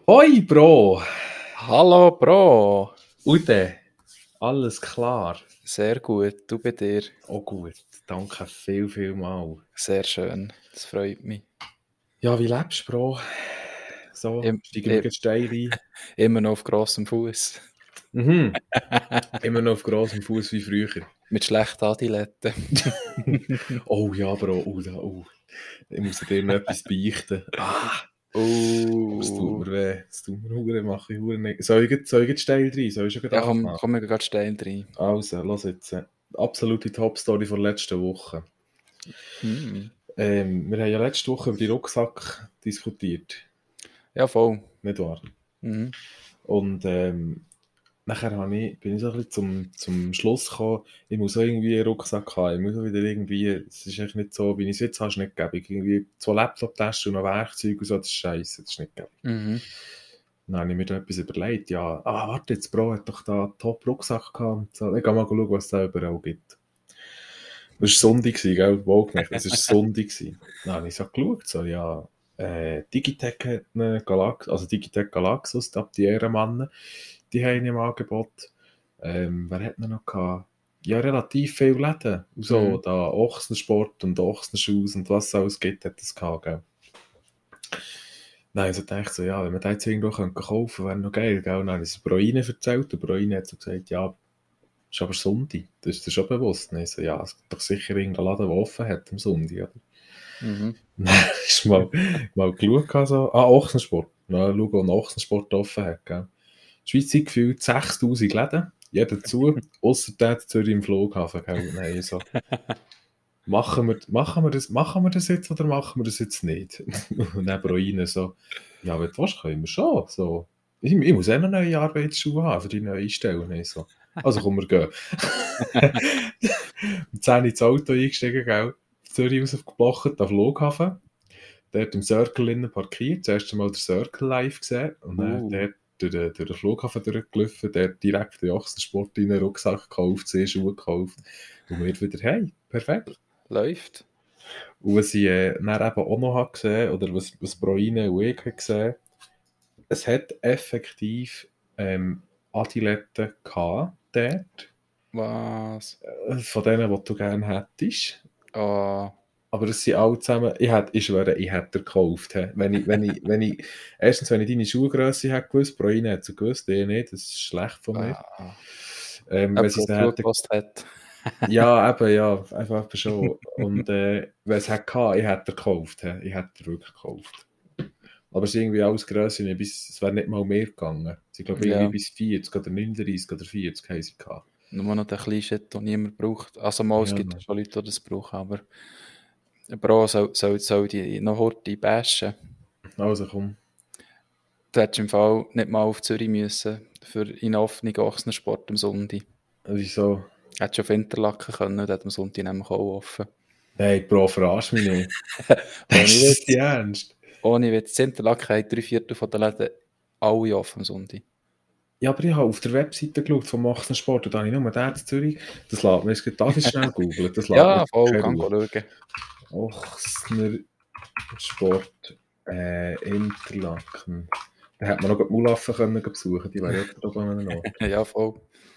Hoi Bro! Hallo Bro! Ude, alles klar? Sehr gut, du bei dir? Oh gut, danke viel mal. Sehr schön, das freut mich. Ja, wie lebst du, Bro? So, Im, steigen wir im, gleich steil ein. immer noch auf grossem Fuß. Mhm, immer noch auf grossem Fuß wie früher. Mit schlechten Adiletten. Oh ja, Bro, ich muss dir noch etwas beichten. Aber es tut mir weh, es tut mir hure, mache ich hure nicht. Soll ich jetzt steil rein? Soll ich schon Ja, gerade anfangen? komm wir gerade steil rein. Also, lass jetzt. Absolute Top-Story von letzter Woche. Hm. Wir haben ja letzte Woche über die Rucksack diskutiert, Ja, voll. nicht wahr? Mhm. Und nachher bin ich so ein bisschen zum Schluss gekommen, ich muss auch irgendwie einen Rucksack haben. Ich muss auch wieder irgendwie, es ist echt nicht so, wie ich es jetzt habe, ist nicht gäbig. Irgendwie 2 Laptop-Taschen und noch Werkzeuge und so, das ist scheisse, das ist nicht gäbig. Mhm. Dann habe ich mir da etwas überlegt, ja, warte jetzt, Bro hat doch da einen Top-Rucksack gehabt. Und so. Ich gehe mal schauen, was es da überall gibt. Das war Sonntag, gell? Wohlgemerkt, es war Sonntag. Dann habe ich so geschaut, so, ja, Digitec hat eine also Digitec Galaxus, die Ehrenmannen, die haben ihn im Angebot. Wer hat noch gehabt? Ja, relativ viele Läden. Und so, Mhm. da Ochsensport und Ochsenschuss und was es alles gibt, hat es gehabt, gell? Dann habe ich so gedacht, so, ja, wenn wir den jetzt irgendwo kaufen könnten, wäre noch geil, gell? Und dann habe ich es Broine erzählt und Broine hat so gesagt, ja, ist aber Sonntag, das ist dir schon bewusst. Und ich so, ja, es gibt doch sicher irgendeinen Laden, der offen hat am Sonntag, oder? Mhm. Dann ist mal geschaut, so, Ochsensport. Dann schauen, wo ein Ochsensport offen hat, gell? Schweiz gefühlt 6000 Läden, jeder zu, ausser der Zürich im Flughafen, gell? Nein, so, machen wir das jetzt oder machen wir das jetzt nicht? Und dann Broine so, ja, wenn du willst, können wir schon, so. Ich muss auch noch neue Arbeitsschuhe haben für die neue Stelle. Und ich so, also komm, wir gehen. Um 10 ins Auto eingestiegen, gell? Zürich rausgeblochen, am Flughafen. Dort im Circle innen parkiert. Zuerst einmal der Circle live gesehen. Und dann dort durch den Flughafen durchgelaufen. Dort direkt in den Ochsensport rein, Rucksack gekauft, Schuhe gekauft. Und wir wieder, hey, perfekt. Läuft. Und was ich dann eben auch noch habe gesehen, oder was Broine und ich haben gesehen, es hat effektiv Adiletten gehabt dort. Was? Von denen, die du gerne hättest. Ah, Aber das sind alle zusammen, ich schwöre, ich hätte gekauft. He. Erstens, wenn ich deine Schuhgrösse hätte gewusst, pro eine hätte sie gewusst, ich nicht, das ist schlecht von mir. ah. Wenn Jemand, sie es der dann hätten, zugepasst hat. ja, eben, ja, einfach schon. Und wenn es hätte gehabt, ich hätte gekauft, he. Ich hätte wirklich gekauft. Aber es ist irgendwie alles Grösse, es wäre nicht mal mehr gegangen. Sie glaube irgendwie Ja, bis 40 oder 39 oder 40 haben sie gehabt. nur noch der kleine Shit, den niemand braucht. Also mal, es Ja, gibt schon Leute, die das brauchen, aber Bro, soll die noch heute bashen? also komm. Du hättest im Fall nicht mal auf Zürich müssen für in offenen Ochsensport am Sonntag. Wieso? Hättest schon auf Interlaken können, der hat am Sonntag nämlich auch offen. Nein, Bro, verarsch mich nicht. Ohne Das ist Witz. die Ernst. Ohne Witz. In Interlaken haben 3/4 von den Läden alle offen am Sonntag. Ja, aber ich habe auf der Webseite geschaut vom Ochsensport und da habe ich nur den in Zürich. Das lässt mir, darf ich schnell googeln, das lässt mir Ja, voll, keine kann Ruhe. schauen. Ochsner Sport Interlaken. Da hätte man noch die Mulaffen können besuchen, die wäre ja da oben an einem Ort. Ja, voll.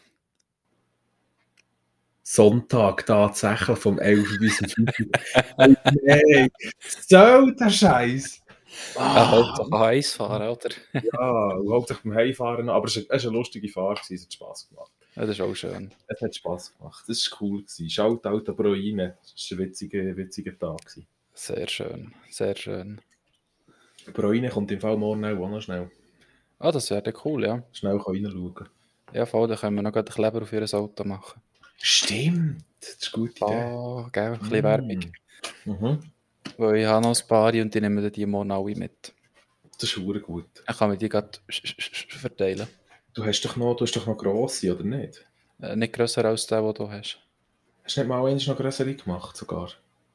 Sonntag tatsächlich vom 11 bis zum 5. Hey, nein, so der Scheiß. Ja, Ah, Hauptsache heiß fahren, oder? ja, und hauptsächlich beim Heimfahren noch. Aber es war eine lustige Fahrt, es hat Spass gemacht. Ja, das ist auch schön. Es hat Spass gemacht. Das war cool. Shoutout an Broine. Das war ein witziger Tag. Sehr schön, sehr schön. Broine kommt im Fall morgen auch noch schnell. Ah, das wäre cool, ja. Schnell reinschauen. Ja, voll, dann können wir noch gerade einen Kleber auf ihr Auto machen. Stimmt, das ist eine gute Idee. Ah, gell, ein bisschen Werbung. Mhm. Weil ich habe noch ein paar und die nehmen dann die morgen alle mit. Das ist verdammt gut. Dann kann man die gerade verteilen. Du hast doch noch grosse, oder nicht? Nicht grösser als der, den du hast. Hast du nicht mal eins noch grössere gemacht, sogar?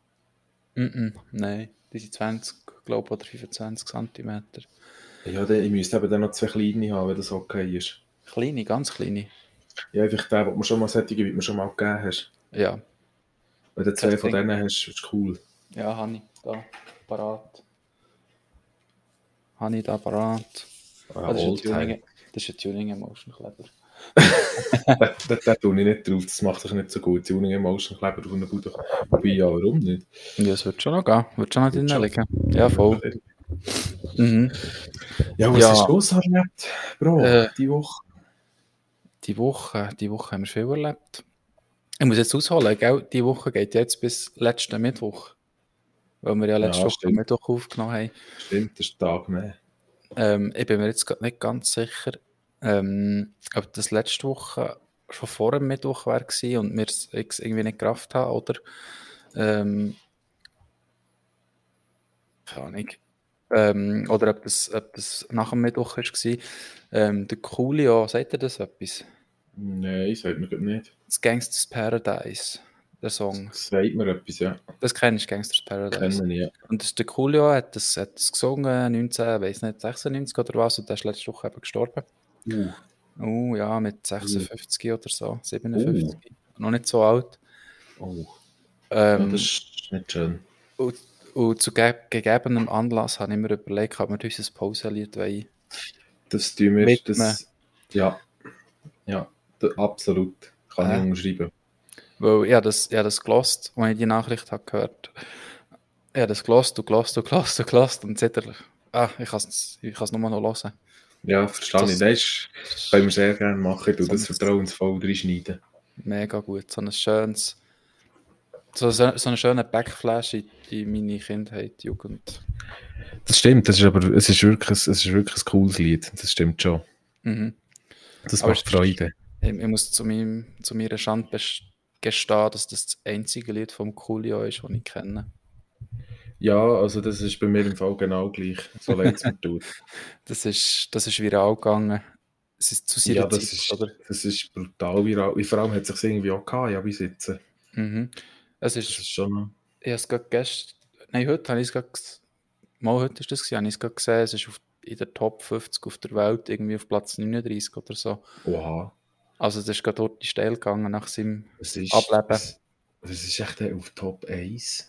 Nein, die sind 20, glaube ich, oder 25 cm. Ja, ich müsste eben dann noch 2 kleine haben, wenn das okay ist. Kleine, ganz kleine. Ja, einfach der, den du schon mal sättige, wie du mir schon mal gegeben hast. Ja, Wenn du kein 2 von Ding. denen hast, ist cool. Ja, habe ich da parat. Habe ich da parat. Das ist ein Oldtime. Tuning Emotion Kleber. Da tue ich nicht drauf, das macht sich nicht so gut. Tuning Emotion Kleber auf einer Bude. Wobei, ja, warum nicht? Ja, es wird schon noch gehen. Wird schon noch Wird drin schon. liegen. Ja, voll. Mhm. Ja, was Ja, hast du so erlebt, Bro, äh, die Woche? die Woche haben wir viel erlebt. Ich muss jetzt ausholen, gell? Die Woche geht jetzt bis letzten Mittwoch. Weil wir ja letzte Ja, Woche am stimmt. Mittwoch aufgenommen haben. Stimmt, das ist ein Tag mehr. Ich bin mir jetzt grad nicht ganz sicher, ob das letzte Woche schon vor dem Mittwoch war und wir es irgendwie nicht gerafft haben, oder? Keine Ahnung. Oder ob das nach dem Mittwoch war. Der Coolio, sagt ihr das etwas? Nein, sagt mir gerade nicht. Das Gangsters Paradise, der Song. Das sagt mir etwas, ja. Das kennst du, Gangsters Paradise. Kennen, ja. Und das ist der Coolio hat das gesungen, 96 oder was, und der ist letzte Woche eben gestorben. Ja, mit 56 oder so, 57. Noch nicht so alt. Ja, das ist nicht schön. Und zu gegebenem Anlass habe ich mir überlegt, ob wir dieses Pausenlied wollen. Das tun wir, widmen. das, ja, absolut, kann ich unterschreiben. Weil ich habe das gelost, als ich die Nachricht habe gehört. Ich habe das gelost und seitdem, ich kann es nur noch hören. Ja, verstehe ich. Das können wir sehr gerne machen. Ich tue das vertrauensvoll reinschneiden. Mega gut. So ein schönes, so einen schönen Backflash in meine Kindheit, Jugend. Das stimmt, es ist wirklich ein cooles Lied. Das stimmt schon. Mhm. Das macht Freude. Ich muss zu meiner Schande gestehen, dass das einzige Lied vom Coolio ist, das ich kenne. Ja, also das ist bei mir im Fall genau gleich. So leid es mir tut. Das ist viral gegangen. Es ist zu seiner Zeit, oder? Das ist brutal viral. Vor allem hat es sich irgendwie auch gehabt, ja, bis jetzt. Mhm. Das ist schon... Ich habe es gerade gestern... Nein, heute habe ich es gerade... Mal heute ist das gewesen, habe ich es gerade gesehen. Es ist in der Top 50 auf der Welt irgendwie auf Platz 39 oder so. Oha. Also das ist gerade dort die Stelle gegangen nach seinem Ableben. Was ist echt auf Top 1?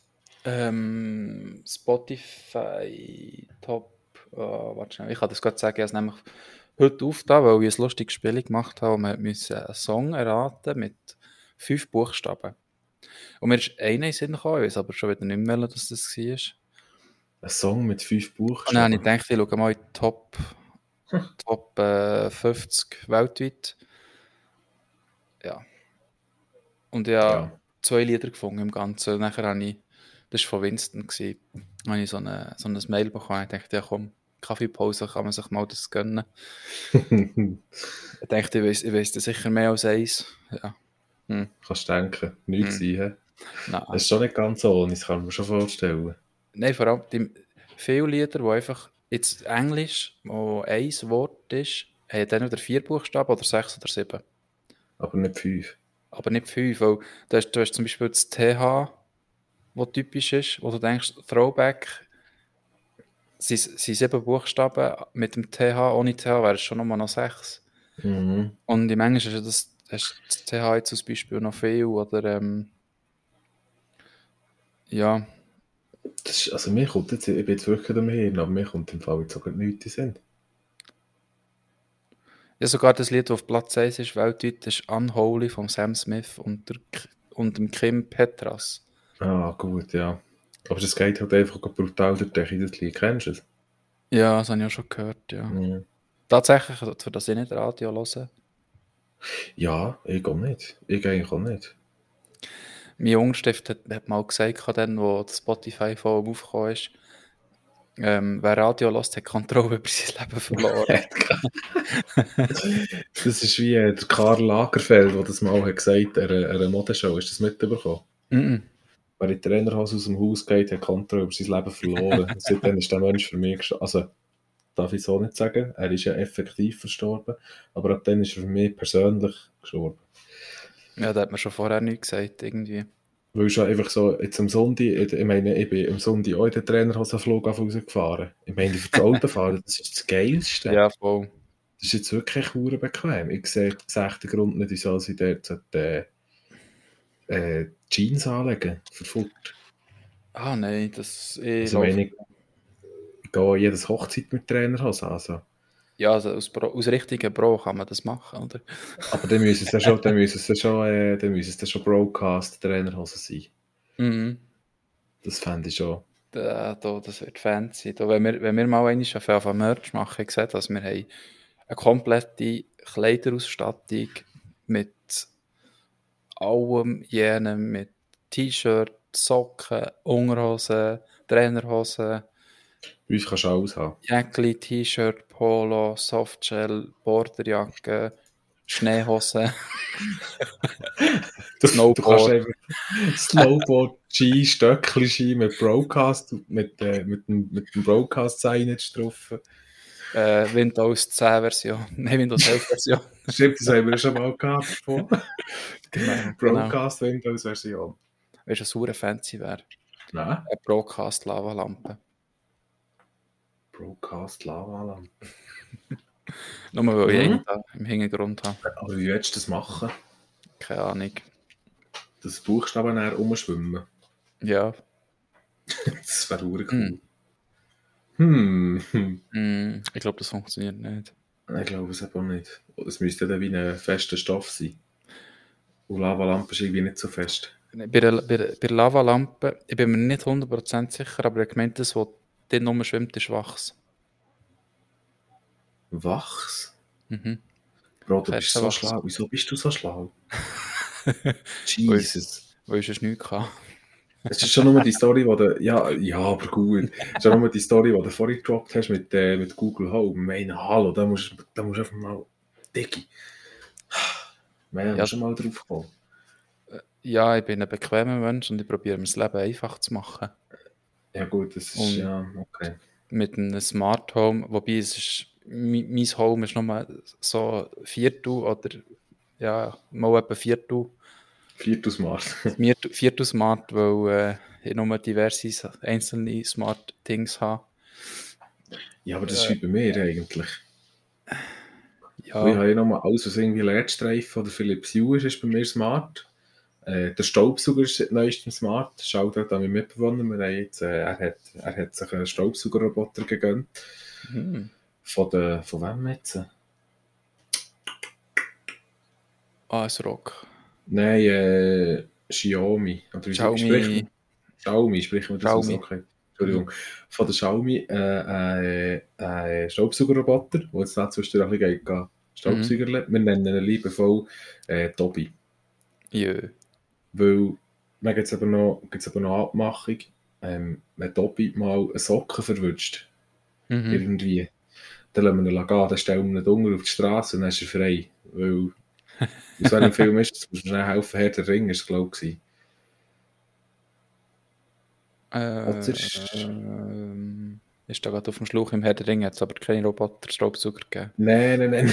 Spotify Top... warte schnell, ich kann das gerade sagen. Ich habe es nämlich heute aufgetan, weil ich ein lustiges Spiel gemacht habe. Und wir mussten einen Song erraten mit 5 Buchstaben. Und mir ist einer in den Sinn gekommen, ich weiß aber schon wieder nicht mehr, dass das war. Ein Song mit 5 Buchstaben? Und dann habe ich gedacht, ich schaue mal in die Top 50 weltweit. Ja. Und ich habe 2 Lieder gefunden im Ganzen. Und nachher habe ich, das war von Winston, habe ich so ein Mail bekommen. Ich dachte, ja komm, Kaffeepause kann man sich mal das gönnen. Ich dachte, ich weiss das sicher mehr als eins. Ja. Kannst du denken, nichts sein. Nein. Das ist schon nicht ganz so, das kann man mir schon vorstellen. Nein, vor allem viele Lieder, die einfach jetzt Englisch, wo ein Wort ist, haben dann wieder 4 Buchstaben oder 6 oder 7. Aber nicht 5. Aber nicht 5, weil du hast zum Beispiel das TH, das typisch ist, wo du denkst, Throwback sind 7 Buchstaben, mit dem TH, ohne TH wäre es schon nochmal noch 6. Mhm. Und im Englischen hast du das TH jetzt zum Beispiel noch viel, oder ja. Das ist, also mir kommt jetzt, ich bin jetzt wirklich am Hirn, aber mir kommt im Fall jetzt sogar nichts in Sinn. Ja, sogar das Lied, das auf Platz 1 ist weltweit, ist Unholy von Sam Smith und dem Kim Petras. Ah, gut, ja. Aber das geht halt einfach brutal durch das Lied. Kennst du es? Ja, das habe ich auch schon gehört, ja. Mhm. Tatsächlich, für das ich nicht Radio höre. Ja, ich auch nicht. Ich eigentlich auch nicht. Mein Jungstift hat mal gesagt, dann, wo das Spotify von aufgekommen ist, wer Radio hört, hat Kontrolle über sein Leben verloren. Das ist wie der Karl Lagerfeld, der das mal hat gesagt hat, einer Modeshow. Hast du das mitbekommen? Wer in die Trainerhose aus dem Haus geht, hat Kontrolle über sein Leben verloren. Seitdem ist der Mensch für mich gestorben. Also, darf ich so nicht sagen. Er ist ja effektiv verstorben. Aber ab dann ist er für mich persönlich gestorben. Ja, da hat man schon vorher nichts gesagt, irgendwie. Weil schon einfach so, jetzt am Sonntag, ich meine, ich bin am Sonntag auch in den Trainerhosenflug rausgefahren. Ich meine, für das Autofahren, das ist das Geilste. Ja, voll. Das ist jetzt wirklich verdammt bequem. Ich sehe den Grund nicht, wieso sie dort Jeans anlegen für Futter. Ah, nein, das... Ich gehe jedes Hochzeit mit Trainerhosen. Also, Ja, also aus richtigen Pro kann man das machen, oder? Aber dann müssen es ja schon, dann müssen es dann schon Broadcast-Trainerhosen sein. Mhm. Das fände ich schon. Das wird fancy. Da, wenn wir mal einmal auf Merch machen, ich sehe, dass wir haben eine komplette Kleiderausstattung mit allem jenem, mit T-Shirt, Socken, Unterhosen, Trainerhosen, Bei uns kannst du alles haben. Jäckli, T-Shirt, Polo, Softshell, Borderjacke, Schneehose, Du kannst Snowboard, einfach Snowboard, Ski, Stöckli Ski mit Broadcast, mit dem Broadcast-Signage drauf. Windows 10 Version, nein, Windows 11 Version. Stimmt, das haben wir schon mal gehabt davon. Genau. Broadcast Windows-Version. Weißt du, was super fancy wäre? Nein. Eine Broadcast-Lavalampe. Broadcast Lavalampe. Nur weil ich einen da im Hintergrund habe. Aber wie willst du das machen? Keine Ahnung. Das Buchstaben näher umschwimmen. Ja. Das wäre cool. Ich glaube, das funktioniert nicht. Ich glaube es aber nicht. Es müsste dann wie ein fester Stoff sein. Und Lavalampe ist irgendwie nicht so fest. Bei der Lavalampe, ich bin mir nicht 100% sicher, aber ich gemeint, das, was drin rumschwimmt, ist Wachs. Wachs? Mhm. Bro, du bist so Wachs. schlau. Wieso bist du so schlau? Jesus. Weil ich es nicht hatte. Es ist schon nur die Story, die du... Ja, aber gut. Es ist schon nur die Story, die du vorhin gedroppt hast mit Google Home. Meine Hallo, da musst du einfach mal... Diggi. Wir haben schon mal drauf gekommen. Ja, ich bin ein bequemer Mensch und ich probiere mir das Leben einfach zu machen. Ja gut, das ist... Ja, okay. Mit einem Smart Home, wobei es ist... Mein Home ist nochmal so Viertel oder... Ja, mal etwa Viertel. Viertel Smart. Viertel Smart, weil ich nur diverse einzelne Smart Things habe. Ja, aber das ist wie bei mir eigentlich. Ja. Ich habe ja nochmal alles, was irgendwie LED-Streifen oder Philips Hue ist bei mir Smart. Der Staubsauger ist seit neuestem Smart. Schaut an meinen Mitbewohner. Wir haben jetzt, er hat sich einen Staubsaugerroboter gegönnt. Von wem jetzt? ASRock. Nein, Xiaomi. Oder Xiaomi. Xiaomi, sprechen wir das aus? Okay. Entschuldigung. Von der Xiaomi Staubsaugerroboter, der jetzt dazwischen ein bisschen geht, Staubsaugerle. Wir nennen ihn liebevoll Tobi. Jö. Weil, dann gibt es aber noch Abmachung, wenn Tobi mal eine Socke verwünscht, irgendwie, dann lassen wir ihn gehen, dann stellen wir ihn unten auf die Straße und dann ist er frei. Weil, aus welchem Film ist das? Muss man schnell helfen, Herr der Ring ist es, glaube ich. Ist da gerade auf dem Schlauch im Herr der Ringe, hat es aber keine Roboter-Staubsauger gegeben. Nein.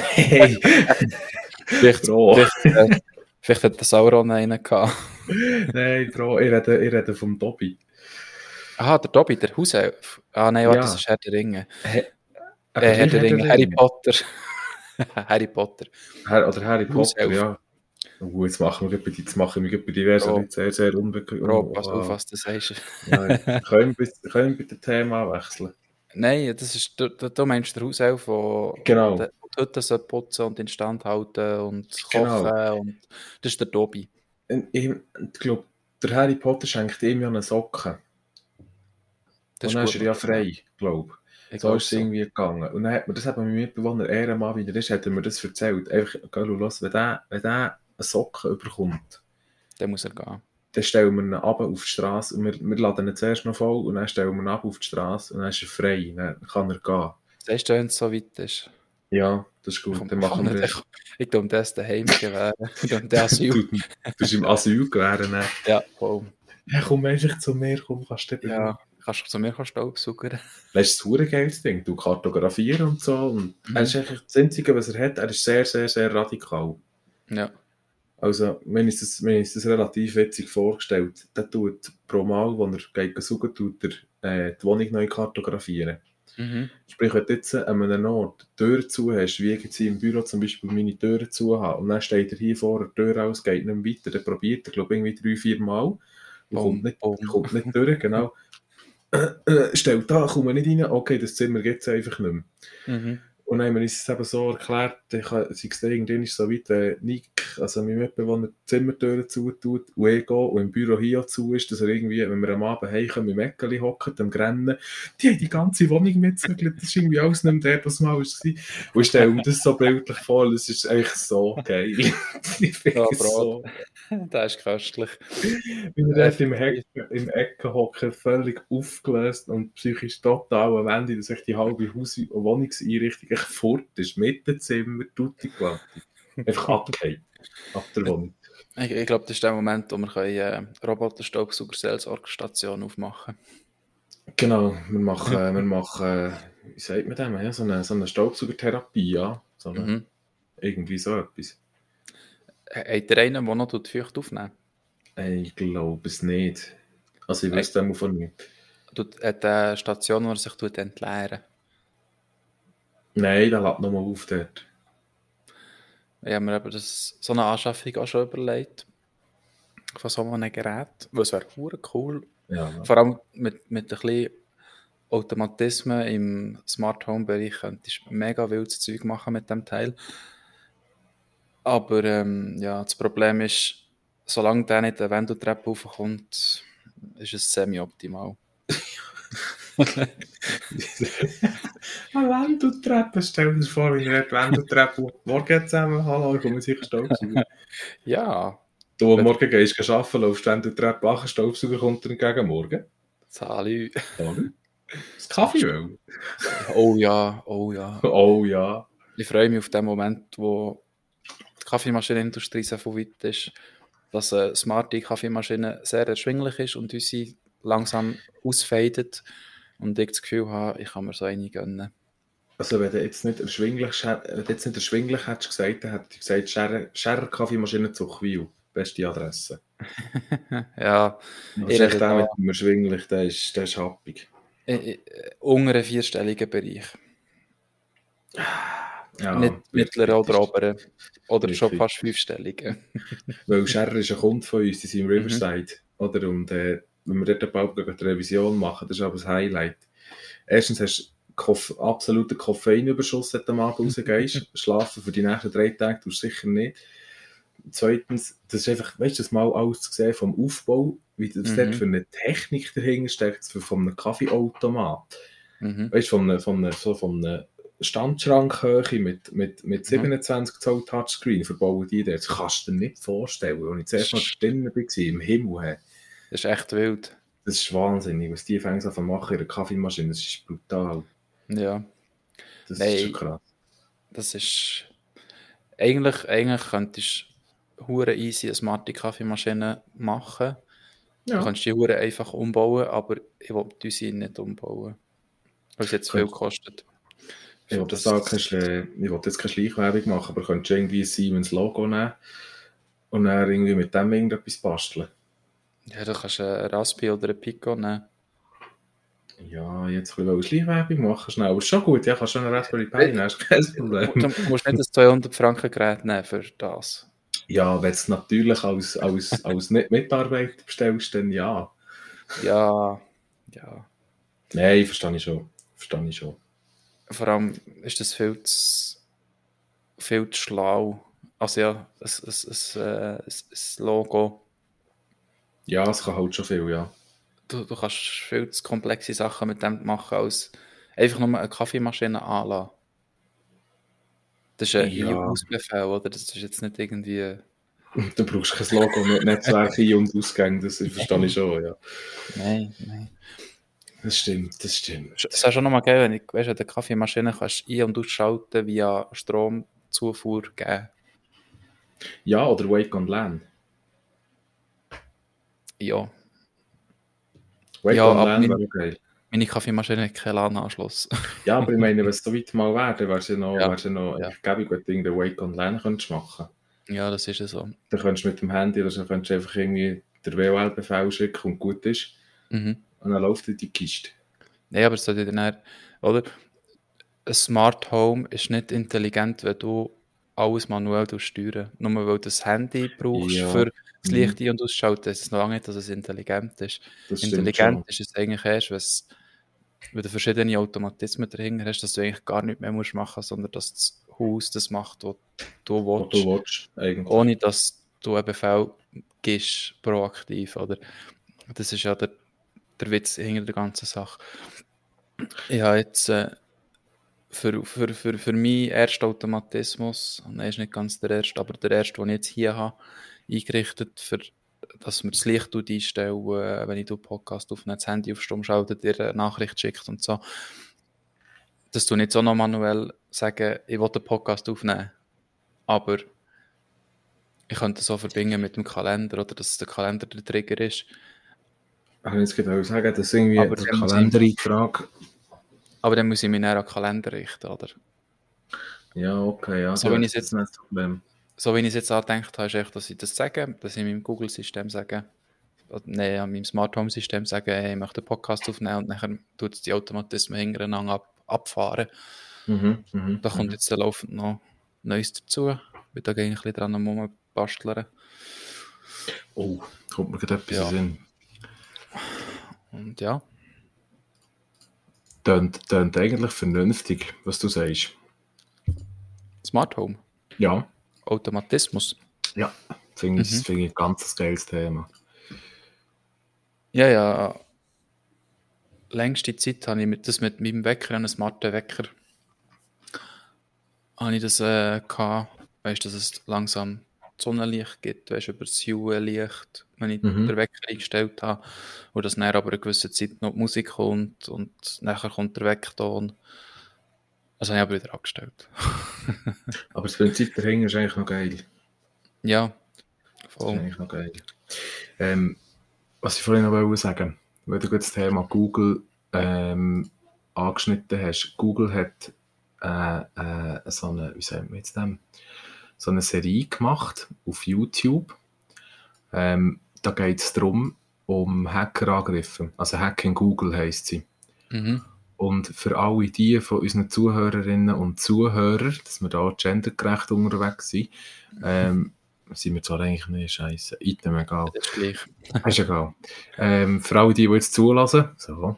Vielleicht hat der Sauron einen gehabt. Nein, Bro, ich rede vom Tobi. Aha, der Tobi, der Hauself. Ah nein, warte, das ist Herr der Ringe. Herr der Ringe, Harry Potter. Harry Potter. Oder Harry Potter, ja. Jetzt machen wir bei diversen Leuten sehr, sehr unbekannt. Bro, pass auf, was du sagst. Ja, können wir bitte das Thema wechseln? Nein, das ist, du meinst der Hauself, der die Hütte putzen und instand halten und kochen. Und das ist der Tobi. Ich glaube, der Harry Potter schenkt ihm ja eine Socke. Und dann ist er ja frei, glaube ich. So ist es irgendwie gegangen. Und dann hat mein Mitbewohner Ehrenmann, wie er ist, hat er mir das erzählt. Einfach, los, wenn der eine Socke überkommt, dann muss er gehen. Dann stellen wir ihn ab auf die Straße und wir laden ihn zuerst noch voll und dann stellen wir ihn ab auf die Straße und dann ist er frei, dann kann er gehen. Sagst du, wenn es so weit ist? Ja, das ist gut, dann machen wir das. Ich tue das daheim gewähren. Du bist im Asyl gewähren. Ja, voll. Ja, komm einfach zu mir, kannst du kannst du zu mir Staubsaugen. Das ist ein geiles Ding, du kartografieren und so. Und er ist eigentlich das Einzige, was er hat, er ist sehr, sehr, sehr radikal. Ja. Also, wenn ich das relativ witzig vorgestellt, der tut pro Mal, wo er geht suchen, tut er die Wohnung neu kartografieren. Sprich, wenn du jetzt an einem Ort die Tür zu hast, wie ich im Büro zum Beispiel meine Türen zu habe, und dann steht er hier vor der Tür aus, geht nicht weiter, dann probiert er, glaube ich, irgendwie 3-4 Mal und kommt nicht durch, genau. Stellt da, komme nicht rein, okay, das Zimmer gibt es einfach nicht mehr. Und dann haben wir uns es eben so erklärt, sei es irgendwann so weit, Nick, also mein Mitbewohner, die Zimmertüren zutut und ich gehe und im Büro hier zu ist, dass er irgendwie, wenn wir am Abend heimkommen, im Eckeli hocken, am Grennen, die haben die ganze Wohnung mitzügelt, das ist irgendwie alles nicht mehr der, was mal war. Und ich stelle mir das so bildlich vor, das ist eigentlich so geil. Ich finde es so. Das ist köstlich. Wenn er dort im Ecken hocken, völlig aufgelöst und psychisch total am Ende, dass echt die halbe Wohnungseinrichtung echt fort ist, mit dem Zimmer, tutti quanti. Einfach abgehen. Ab der Wohnung. Ich glaube, das ist der Moment, wo wir Roboterstaubsauger-Seelsorgestation aufmachen Genau, wir machen wie sagt man dem, ja, so eine Staubsaugertherapie, ja. So eine, irgendwie so etwas. Hat ihr einen, der noch Feucht aufnehmen? Ich glaube es nicht. Also ich wüsste dem von nicht. Hat eine Station, wo er sich entleeren? Nein, der lädt nochmal auf dort. Ich habe mir eben so eine Anschaffung auch schon überlegt. Von so einem Gerät. Weil es wäre cool. Ja. Vor allem mit ein bisschen Automatismen im Smart Home Bereich könntest du mega wildes Zeug machen mit dem Teil. Aber ja, das Problem ist, solange der nicht eine Wendeltreppe raufkommt, ist es semi-optimal. Eine Wendeltreppe, stell dir vor, wie wir die Wendeltreppe morgen zusammen, hallo, ich komme sicher Staubsauger. Ja. Du am Morgen gehst du arbeiten, laufst die Wendeltreppe an, Staubsauger kommt dir entgegen morgen. Salü. Das Kaffeeöl. Oh ja, oh ja. Oh ja. Ich freue mich auf den Moment, wo die Kaffeemaschinenindustrie so weit ist, dass eine smarte Kaffeemaschine sehr erschwinglich ist und unsere langsam ausfadet und ich das Gefühl habe, ich kann mir so eine gönnen. Also wenn du jetzt nicht erschwinglich hättest gesagt, dann hätte ich gesagt, Scherrer Kaffeemaschine zu Chwil. Beste Adresse. Ja. Das ist echt der mit dem erschwinglich, der ist happig. Unter einem vierstelligen Bereich. Ja, nicht mittleren oder oberen. Oder richtig. Schon fast fünfstelligen. Weil Scherrer ist ein Kunde von uns, die sind im Riverside. Oder? Und wenn wir dort bald eine Revision machen, das ist aber das Highlight. Erstens hast du absoluten Koffeinüberschuss, wenn du am Abend rausgehst. Schlafen für die nächsten 3 Tage tust du sicher nicht. Zweitens, das ist einfach, weißt du, das mal alles zu sehen vom Aufbau, wie das dort für eine Technik dahinter steckt, von einem Kaffeeautomat. Weißt du, von einer Standschrankhöhe mit 27 Zoll Touchscreen verbauen die dort. Das kannst du dir nicht vorstellen. Als ich zuerst mal drinnen war, im Himmel. Das ist echt wild. Das ist wahnsinnig, was die fängt an machen in der Kaffeemaschine. Das ist brutal. Ja. Das ist schon krass. Das ist... Eigentlich könntest du hure easy eine smarte Kaffeemaschine machen. Ja. Du kannst die hure einfach umbauen, aber ich will die unsere nicht umbauen. Weil es jetzt viel kostet. Ich will jetzt keine Schleichwerbung machen, aber könntest du irgendwie ein Siemens-Logo nehmen und dann irgendwie mit dem irgendetwas basteln? Ja, du kannst einen Raspi oder einen Pico nehmen. Ja, jetzt ein bisschen Schleichwerbung machen, schnell. Aber schon gut, ja, kannst schon einen Raspberry Pi nehmen, ist kein Problem. Du musst nicht ein 200-Franken-Gerät nehmen für das. Ja, wenn du es natürlich als Mitarbeiter bestellst, dann ja. Ja. Nein, verstehe ich schon. Vor allem ist das viel zu schlau. Also ja, ein Logo. Ja, es kann halt schon viel, ja. Du kannst viel zu komplexe Sachen mit dem machen, als einfach nur eine Kaffeemaschine anlassen. Das ist ein Ausbefehl, oder? Das ist jetzt nicht irgendwie... Du brauchst kein Logo, nicht Netzwerk Ein- und Ausgänge, das verstehe ich schon, ja. Nein. Das stimmt. Das ist schon nochmal geil, wenn du eine Kaffeemaschine kannst ein- und ausschalten via Stromzufuhr geben. Ja, oder Wake on LAN. Ja. Wake on LAN wäre geil. Meine Kaffeemaschine hat keinen LAN-Anschluss. Ja, aber ich meine, wenn es so weit mal wäre, wäre es ja noch gäbig, wenn du irgendeinen Wake on LAN machen könntest. Ja, das ist ja so. Dann könntest du mit dem Handy oder so könntest du einfach irgendwie den WOL-Befehl schicken und gut ist. Und dann läuft die Kiste. Nein, aber es sollte dann, oder? Ein Smart Home ist nicht intelligent, wenn du alles manuell steuern. Nur weil du das Handy brauchst für das Licht ein- und ausschalten, ist es noch lange nicht, dass es intelligent ist. Das intelligent ist es eigentlich erst, wenn es wenn du verschiedene Automatismen dahinter hast, dass du eigentlich gar nichts mehr machen musst, sondern dass das Haus das macht, was du Was du willst, eigentlich. ohne dass du einen Befehl gibst, proaktiv, oder? Das ist ja der Witz hinter der ganzen Sache. Ich habe jetzt für meinen ersten Automatismus, nein, ist nicht ganz der erste, aber der erste, den ich jetzt hier habe, eingerichtet, dass man das Licht einstellen, wenn ich den Podcast aufnehme, das Handy auf Stumm schaltet, dir eine Nachricht schickt und so. Dass du nicht so noch manuell sagen, ich will den Podcast aufnehmen, aber ich könnte das so verbinden mit dem Kalender oder dass der Kalender der Trigger ist. Ich kann jetzt gerade sagen, dass irgendwie Aber der dann muss Kalendereintrag... Aber dann muss ich mich näher an den Kalender richten, oder? Ja, okay, ja, So das wie ist nicht das Problem. So wie ich es jetzt angedenkt habe, ist echt, dass ich das sage, dass ich meinem Google-System sage, nein, an meinem Smart Home-System sage, hey, ich möchte einen Podcast aufnehmen und nachher tut es die Automatismen hintereinander abfahren. Da kommt jetzt laufend noch Neues dazu. Ich bin da eigentlich ein bisschen dran am Rumbasteln. Oh, kommt mir gerade etwas in den Sinn. Und ja. Tönt eigentlich vernünftig, was du sagst. Smart Home? Ja. Automatismus? Ja, finde ich ein ganz geiles Thema. Ja. Längste Zeit habe ich das mit meinem Wecker, einem smarten Wecker, habe ich das gehabt, weißt du, dass es langsam Sonnenlicht gibt, weißt du, über das Hue-Licht, wenn ich den Wecker eingestellt habe, und dass dann aber eine gewisse Zeit noch die Musik kommt und nachher kommt der Weckton. Das habe ich aber wieder abgestellt. Aber das Prinzip dahinter ist eigentlich noch geil. Ja, voll. Das ist eigentlich noch geil. Was ich vorhin noch sagen wollte, weil du das Thema Google angeschnitten hast. Google hat so eine, wie sagen wir jetzt so eine Serie gemacht auf YouTube. Da geht es darum, um Hackerangriffe. Also Hacking Google heisst sie. Und für alle die von unseren Zuhörerinnen und Zuhörern, dass wir da gendergerecht unterwegs sind, sind wir zwar eigentlich nicht scheiße. Item egal. Das ist gleich. Ist egal. Für alle die jetzt zulassen, so,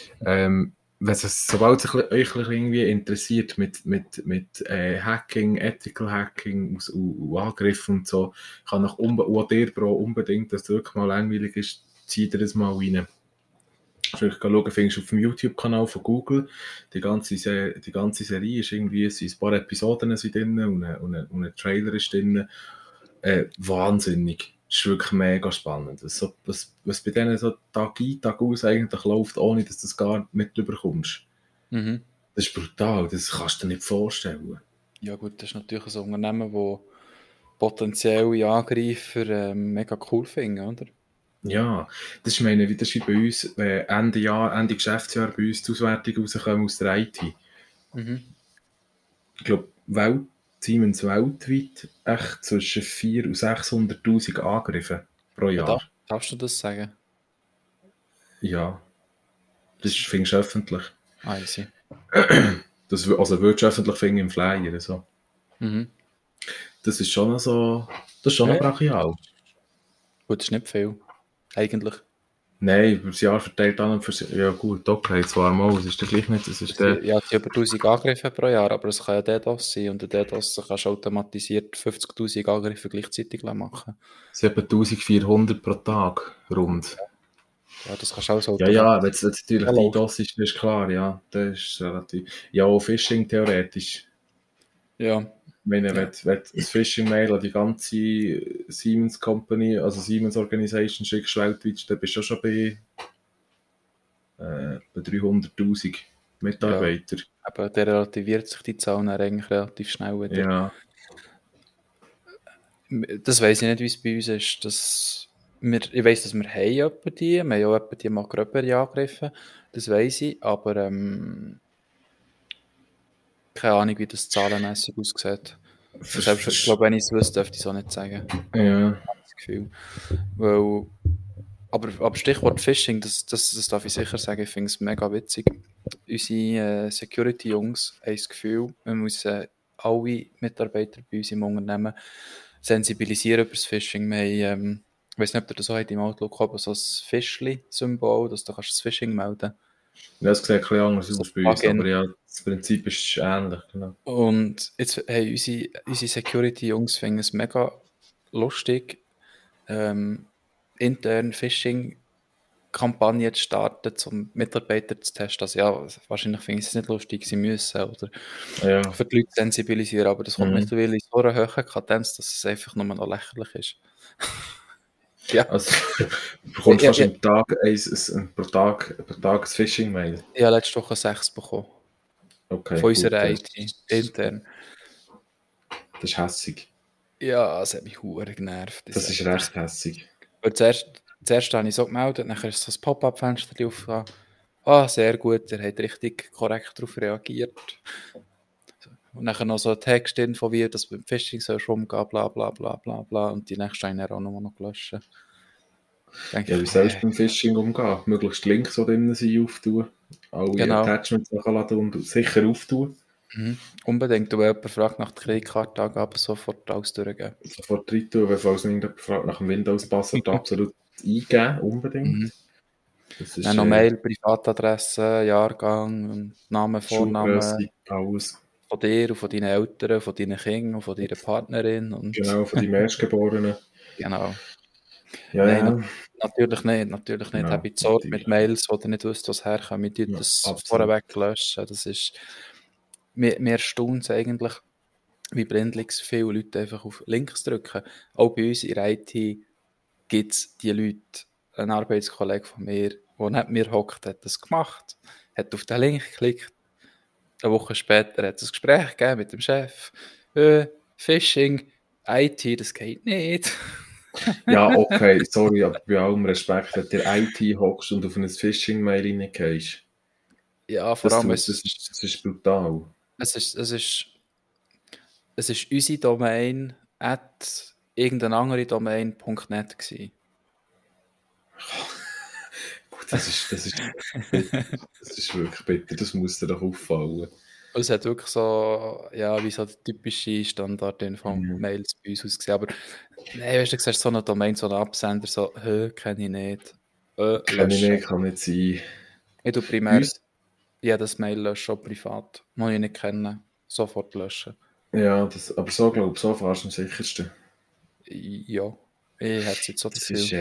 sobald es euch irgendwie interessiert mit Hacking, Ethical Hacking und Angriffen und so, kann ich auch dir, Bro, unbedingt, dass es wirklich mal langweilig ist, zieht ihr das mal rein. Vielleicht schauen, findest du auf dem YouTube-Kanal von Google. Die ganze Serie ist irgendwie, es sind ein paar Episoden drin und ein Trailer ist drin. Wahnsinnig. Das ist wirklich mega spannend. Was bei denen so Tag ein, Tag aus eigentlich läuft, ohne dass du das gar nicht überkommst. Das ist brutal, das kannst du dir nicht vorstellen. Ja gut, das ist natürlich ein Unternehmen, das potenzielle Angreifer mega cool finden, oder? Ja, das ist, meine, das ist bei uns, wenn Ende Geschäftsjahr bei uns die Auswertung rauskommen aus der IT. Ich glaube, Siemens weltweit echt zwischen 400.000 und 600.000 Angriffe pro Jahr. Ja, darfst du das sagen? Ja, das findest du öffentlich. I see. Also würdest du öffentlich finden im Flyer. So. Das ist schon so, das ist schon noch brachial. Gut, das ist nicht viel, eigentlich. Nein, über das Jahr verteilt an und für ja gut, okay, zwar mal, es ist gleich nicht, es ist ja, es sind über 1000 Angriffe pro Jahr, aber es kann ja DDoS sein und der DDoS kannst du automatisiert 50.000 Angriffe gleichzeitig machen. Es sind etwa 1400 pro Tag, rund. Ja, das kannst du auch so. Ja, wenn es natürlich DDoS ist klar, ja, das ist relativ... Ja, auch Phishing theoretisch. Ja. Wenn ein Phishing-Mail an die ganze Siemens Company, also Siemens Organisation schickst weltweit, dann bist du schon bei 300.000 Mitarbeiter. Ja, aber der relativiert sich die Zahl dann eigentlich relativ schnell wieder. Ja. Das weiss ich nicht, wie es bei uns ist. Ich weiss, dass wir haben wir haben ja auch die mal gröbere Angriffe, das weiss ich, aber keine Ahnung, wie das zahlenmässig aussieht. Selbst, ich glaube, wenn ich es wüsste, dürfte ich es auch nicht sagen. Ja. Das Gefühl. Aber Stichwort Phishing, das darf ich sicher sagen, ich finde es mega witzig. Unsere Security-Jungs haben das Gefühl, wir müssen alle Mitarbeiter bei uns im Unternehmen sensibilisieren über das Phishing. Wir haben, ich weiß nicht, ob ihr das auch im Outlook habt, so ein Fischli-Symbol, dass du das Phishing melden kannst. Ja, es sieht ein bisschen anders So aus bei uns, Plugin. aber ja, das Prinzip ist ähnlich, genau. Und jetzt haben unsere Security-Jungs finden es mega lustig, intern Phishing-Kampagnen zu starten, um Mitarbeiter zu testen. Also ja, wahrscheinlich finden sie es nicht lustig, sie müssen, oder Ja, für die Leute sensibilisieren, aber das kommt mhm. mittlerweile in so einer hohen Kadenz, dass es einfach nur noch lächerlich ist. Ja, Also, du bekommst ja, fast ja, am Tag pro Tag ein Phishing-Mail. ich habe letzte Woche 6 bekommen. Okay, Von gut, unserer das IT, intern. ist hässig. Ja, es hat mich verdammt genervt, ich Das ist sage dir's. recht hässig. Weil zuerst habe ich so gemeldet, dann ist so ein Pop-up-Fenster aufgegangen. Ah, sehr gut, er hat richtig korrekt darauf reagiert. Und dann noch so ein Textinfo, wie das beim Phishing soll umgehen, bla bla bla bla bla. Und die nächste habe ich dann auch nur noch gelöscht. Denke Ja, wie ich, sollst du beim Phishing umgehen? Möglichst Links, die drin sind, auftun. Alle genau. Attachments nachladen und sicher auftun. Mhm. Unbedingt, wenn jemand fragt nach der Kreditkartenangabe, sofort alles durchgeben. Sofort rein tun, wenn falls irgendjemand fragt nach dem Windows-Passwort, absolut eingeben, Mhm. unbedingt. Das Dann ist noch Mail, Privatadresse, Jahrgang, und Name, Vorname Schuhgrösse, alles. von dir und von deinen Eltern, von deinen Kindern und von deiner Partnerin. Und Genau, von deinem Erstgeborenen. genau. Ja, Nein, ja, natürlich nicht. Natürlich nicht. ja, Habe ich Sorge mit natürlich. Mails, wo ihr nicht wisst, was herkommt. Wir tun Ja, das absolut. vorweg löschen. Das ist, mir erstaunt es eigentlich, wie blindlings viele Leute einfach auf Links drücken. Auch bei uns in der IT gibt es die Leute, ein Arbeitskollege von mir, der neben mir hockt, hat das gemacht, hat auf den Link geklickt. Eine Woche später hat es ein Gespräch gegeben mit dem Chef. Phishing, IT, das geht nicht. Ja, okay, sorry, aber bei allem Respekt, wenn du in IT hockst und auf ein Phishing-Mail reingehst, Ja, vor das, allem, tut, das ist brutal. es ist, es ist, es ist unsere Domain at irgendeine andere Domain.net gewesen. Gut, das ist wirklich bitter, das muss dir doch auffallen. Und es hat wirklich so, ja, wie so die typische von Mhm. Mails bei uns ausgesehen. Aber nein, weißt du, du siehst so eine Domain, so einen Absender, so, kenne ich nicht. Kenne ich Löschen. nicht, kann nicht sein. Ich tue Bei primär uns, jedes Mail löschen, auch privat. Muss ich nicht kennen. Sofort löschen. ja, aber so glaube ich, so fast am sichersten. Ja, ich hätte es jetzt so das Das Gefühl. ist,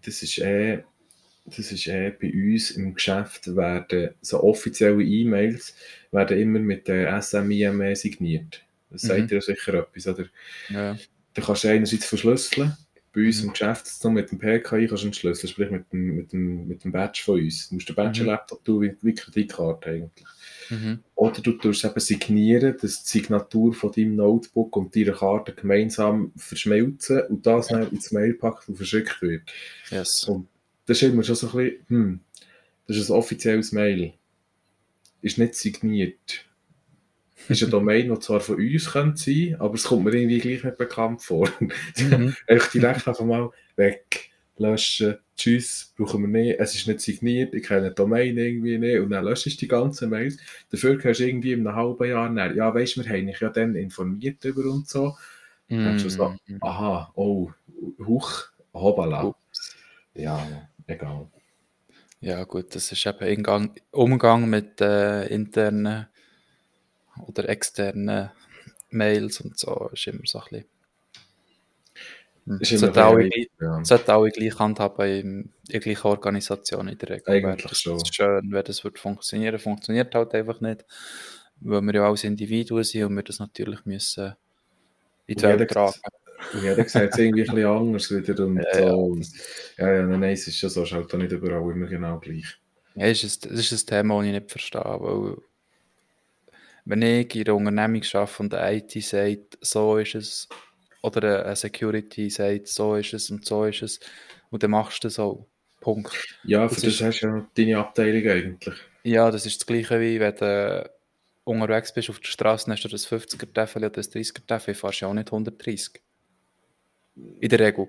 das ist bei uns im Geschäft werden so offizielle E-Mails werden immer mit der SMIME signiert. Das sagt Mhm. dir sicher etwas, oder? Ja. Da kannst du einerseits verschlüsseln. Bei uns Mhm. im Geschäft jetzt noch mit dem PKI kannst du entschlüsseln, sprich mit dem Badge von uns. Du musst den Mhm. Badge-Laptop tun wie Kreditkarte eigentlich. Mhm. Oder du tust es eben signieren, dass die Signatur von deinem Notebook und deiner Karte gemeinsam verschmelzen und das dann ins Mail packt und verschickt wird. Yes. Und das ist immer schon so ein bisschen, das ist ein offizielles Mail. Ist nicht signiert. Ist eine Domain, die zwar von uns könnte sein, aber es kommt mir irgendwie gleich nicht bekannt vor. Mhm. Einfach direkt einfach mal weg, löschen, tschüss, brauchen wir nicht, es ist nicht signiert, ich kenne die Domain irgendwie nicht und dann löschst du die ganzen Mails. Dafür kannst du irgendwie in einem halben Jahr dann, ja weisst, wir haben dich ja dann informiert darüber und so. Dann denkst du so, Mhm. aha, oh, huch, hoppala. Ups. Ja, egal. Ja, gut, das ist eben Umgang mit internen oder externen Mails und so ist immer so ein bisschen. Ist immer ein Sollten bisschen alle, heikel, ja. sollten alle gleich handhaben in der gleichen Organisation in der Regel. Wäre Eigentlich das schon. schön, wenn das würde funktionieren. Funktioniert halt einfach nicht, weil wir ja alles Individuen sind und wir das natürlich müssen in die Und jeder, Welt tragen. und jeder sieht es irgendwie ein bisschen anders wieder und Ja, so. das, Und ja, ja, nein, es ist schon so, es ist halt auch nicht überall immer genau gleich. ja, das ist ein Thema, das ich nicht verstehe, weil wenn ich in einer Unternehmung arbeite und eine IT sagt, so ist es, oder eine Security sagt, so ist es und so ist es, und dann machst du das auch. Punkt. Ja, für Das das ist, hast du ja deine Abteilung eigentlich. ja, das ist das Gleiche, wie wenn du unterwegs bist auf der Straße, hast du das 50er-Täfel oder das 30er-Täfel, fährst du ja auch nicht 130. In der Regel.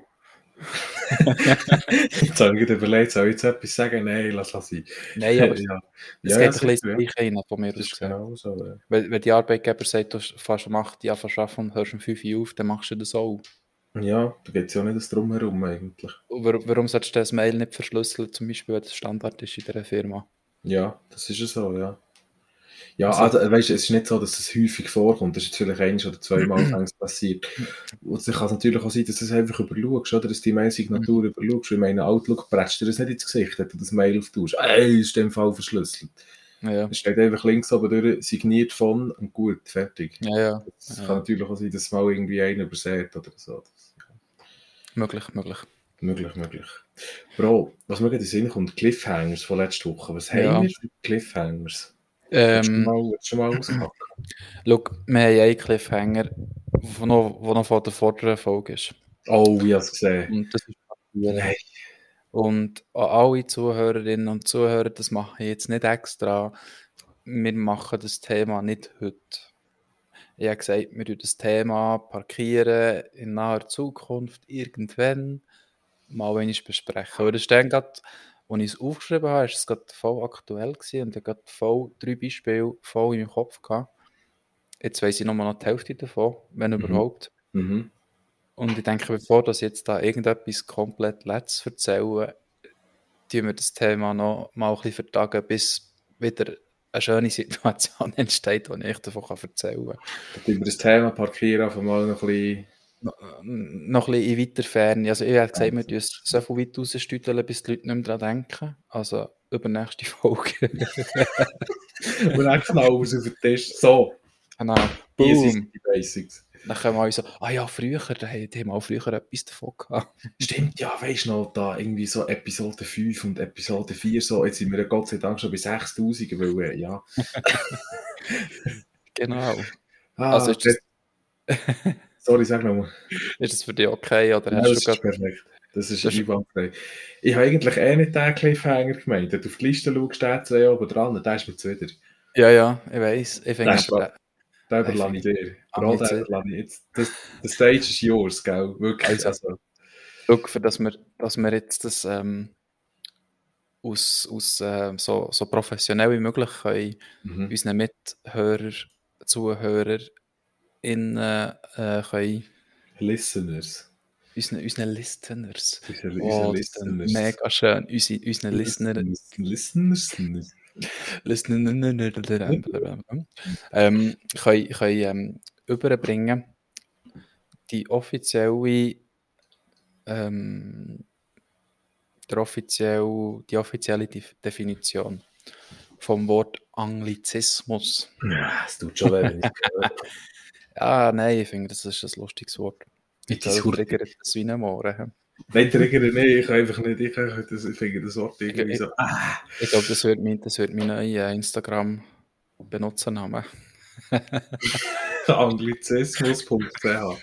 Jetzt habe ich gerade überlegt, soll ich jetzt etwas sagen? Nein, lass sein. Nein, aber Ja, es ja, ja, geht ein bisschen ins sicher, ja. Gleiche rein, von mir Das aus ist gesehen. genau so. Ja. Wenn die Arbeitgeber sagt, du fährst um 8 Uhr arbeiten und hörst um 5 Uhr auf, dann machst du das auch. Ja, da geht es ja nicht das Drumherum eigentlich. Warum solltest du das Mail nicht verschlüsseln, zum Beispiel, wenn das Standard ist in dieser Firma? Ja, das ist ja so, ja. Ja, Also, weißt du, es ist nicht so, dass es häufig vorkommt. Das ist jetzt vielleicht ein- oder zweimal passiert. Und es kann natürlich auch sein, dass du es einfach überschaust, oder? Dass du die Mail-Signatur überschaust. Ich meine, Outlook prätscht dir das nicht ins Gesicht, wenn du das Mail auftust. Ey, ist in dem Fall verschlüsselt. ja, Es steht einfach links oben durch, signiert von und gut, fertig. ja, ja, Es kann ja. natürlich auch sein, dass mal irgendwie einer übersät oder so. Das Möglich, möglich. ist möglich. Bro, was mir gerade in den Sinn kommt, Cliffhangers von letzter Woche. Was haben Ja. wir für Cliffhangers? Ähm, Willst du schon mal auspacken? Schau, wir haben einen Cliffhanger, der noch von der vorderen Folge ist. Oh, ich habe es gesehen. Und das ist passieren. Nein. Und an alle Zuhörerinnen und Zuhörer, das mache ich jetzt nicht extra. Wir machen das Thema nicht heute. Ich habe gesagt, wir parkieren das Thema parkieren in naher Zukunft irgendwann mal einmal besprechen. Weil das ist dann gerade, als ich es aufgeschrieben habe, ist es gerade voll aktuell gewesen und ich habe gerade voll 3 Beispiele voll in meinem Kopf gehabt. Jetzt weiss ich nur noch die Hälfte davon, wenn Mhm. überhaupt. Mhm. Und ich denke, bevor das jetzt da irgendetwas komplett Letztes erzählen, tun wir das Thema noch mal ein bisschen vertagen, bis wieder eine schöne Situation entsteht, die ich davon erzählen kann. Und über das Thema Parkieren einfach mal noch ein bisschen. Noch ein bisschen in weiter Ferne. Also ich hätte gesagt, wir tun es so viel weit rausstütteln, bis die Leute nicht mehr daran denken. Also übernächste Folge. Und dann knallen wir es auf den Tisch. So, Genau. hier sind Boom. die Basics. Dann können wir alle so, ah ja, früher, die haben auch früher etwas davon gehabt. Stimmt, ja, weißt du noch, da irgendwie so Episode 5 und Episode 4, so, jetzt sind wir ja Gott sei Dank schon bei 6000, weil, ja. Genau. Also Ah, sorry, sag nochmal. ist das für dich okay oder Ja, hast das du ist gerade... perfekt. Das ist Das ist, einwandfrei. Ich habe eigentlich nicht den Cliffhanger gemeint. Wenn du auf die Liste schaust, steht 2 oben dran, der ist mir zuwider. ja, ja, ich weiss. Ich Der finde ist aber den den überlasse finde ich ich dir. Bro, den angezeigt. überlasse ich jetzt. Der Stage ist yours, gell? Wirklich, Also, also. schau, für dass wir jetzt das aus so professionell wie möglich können Mhm. unseren Mithörer, ZuhörerInnen können Listeners. unseren Listeners. Unsere Oh, das ist Listeners. mega schön. Unseren Listener, Listeners. können überbringen die offizielle, ähm, die offizielle Definition vom Wort Anglizismus. Ja, es tut schon weh, wenn ich es höre. Ja, nein, ich finde, das ist ein lustiges Wort. Mit Michael deinem Hurti. triggert das wie ein Mohren. Nein, triggern nicht. Ich kann einfach nicht. Ich finde das Wort Ich, irgendwie ich, so. ich glaube, das wird mein neuer Instagram-Benutzername. Anglizismus.ch.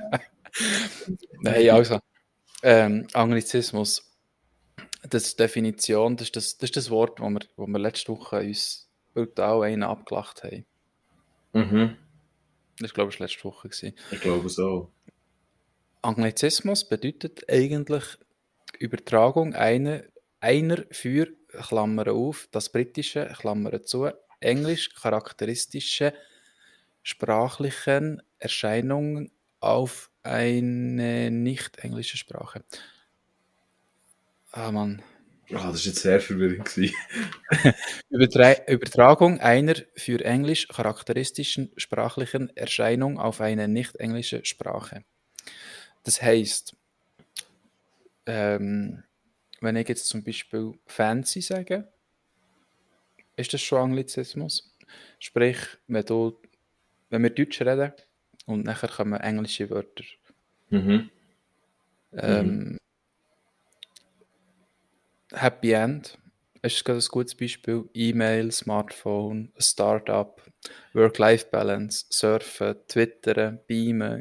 Nein, also, Anglizismus, das ist die Definition, das ist das Wort, wo wir letzte Woche uns brutal einen abgelacht haben. Mhm. Das war, glaube ich, letzte Woche gewesen. Ich glaube so. Anglizismus bedeutet eigentlich Übertragung einer für, Klammer auf, das britische, Klammer zu, englisch charakteristische sprachlichen Erscheinungen auf eine nicht englische Sprache. Ah, Mann. Ah, das war jetzt sehr verwirrend gewesen. Übertragung einer für Englisch charakteristischen sprachlichen Erscheinung auf eine nicht englische Sprache. Das heißt, wenn ich jetzt zum Beispiel fancy sage, ist das schon Anglizismus. Sprich, wenn wir Deutsch reden und nachher kommen englische Wörter. Mhm. Ähm, Happy End ist gerade ein gutes Beispiel. E-Mail, Smartphone, Startup, Work-Life-Balance, Surfen, Twittern, Beamen,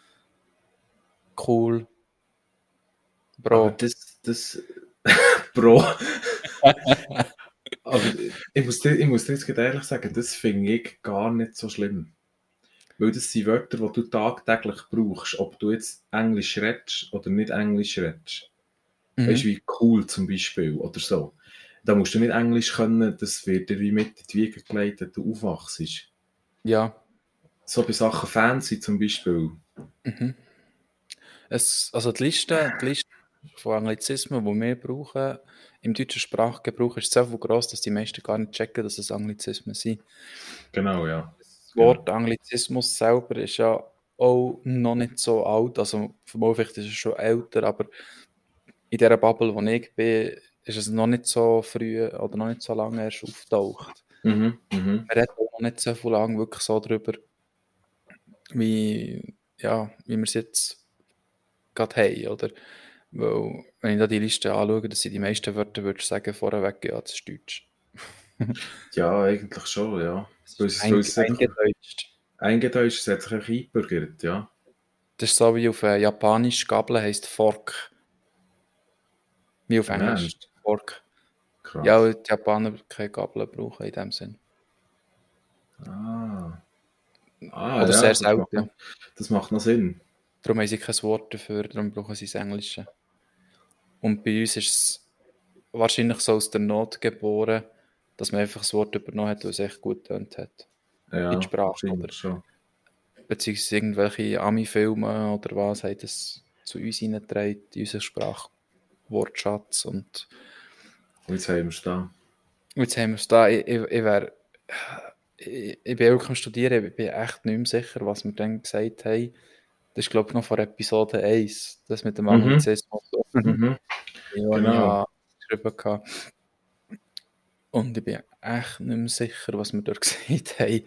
cool, Aber Bro. das Bro. Aber ich muss dir jetzt gerade ehrlich sagen, das finde ich gar nicht so schlimm. Weil das sind Wörter, die du tagtäglich brauchst, ob du jetzt Englisch redest oder nicht Englisch redest. Weißt du, Mhm. wie cool zum Beispiel oder so. Da musst du nicht Englisch können, das wird dir wie mit in die Wiege gelegt, wenn du aufwachst. Ja. So bei Sachen Fancy zum Beispiel. Mhm. Also die Liste von Anglizismen, die wir brauchen, im deutschen Sprachgebrauch ist so viel gross, dass die meisten gar nicht checken, dass es Anglizismen sind. Genau, ja. Das Wort Anglizismus selber ist ja auch noch nicht so alt, also vielleicht ist es schon älter, aber in dieser Bubble, wo ich bin, ist es noch nicht so früh oder noch nicht so lange erst aufgetaucht. Mhm. Man redet auch noch nicht so viel lang wirklich so darüber, wie wir es jetzt gerade haben, oder? Weil, wenn ich da die Liste anschaue, das sind die meisten Wörter, würde ich sagen, vorweg, ja, das ist Deutsch. Ja, eigentlich schon, ja. Weil Es ist es einfach eingedeutscht. eingedeutscht, es hat sich einfach eingebürgert, ja. Das ist so wie auf Japanisch Gabel heisst Fork. Wie auf Im Englisch. Ernst? Fork. Krass. Ja, weil die Japaner keine Gabeln brauchen in dem Sinn. Oder Oder ja, sehr selten. das macht noch Sinn. Darum haben sie kein Wort dafür, darum brauchen sie das Englische. Und bei uns ist es wahrscheinlich so aus der Not geboren, dass man einfach das Wort übernommen hat, weil es echt gut getönt hat. Ja, In die Sprache, wahrscheinlich oder? schon. Beziehungsweise irgendwelche Ami-Filme oder was, haben das zu uns hineingetragen, in unseren Sprachwortschatz. Und Jetzt haben wir es da. jetzt haben wir es da. Ich bin auch am Studieren, ich bin echt nicht mehr sicher, was wir dann gesagt haben. Das ist, glaube ich, noch von Episode 1, das mit dem Anglizismus. Mhm. Ja, Genau. ich geschrieben hatte. Und ich bin echt nicht mehr sicher, was wir dort gesagt haben.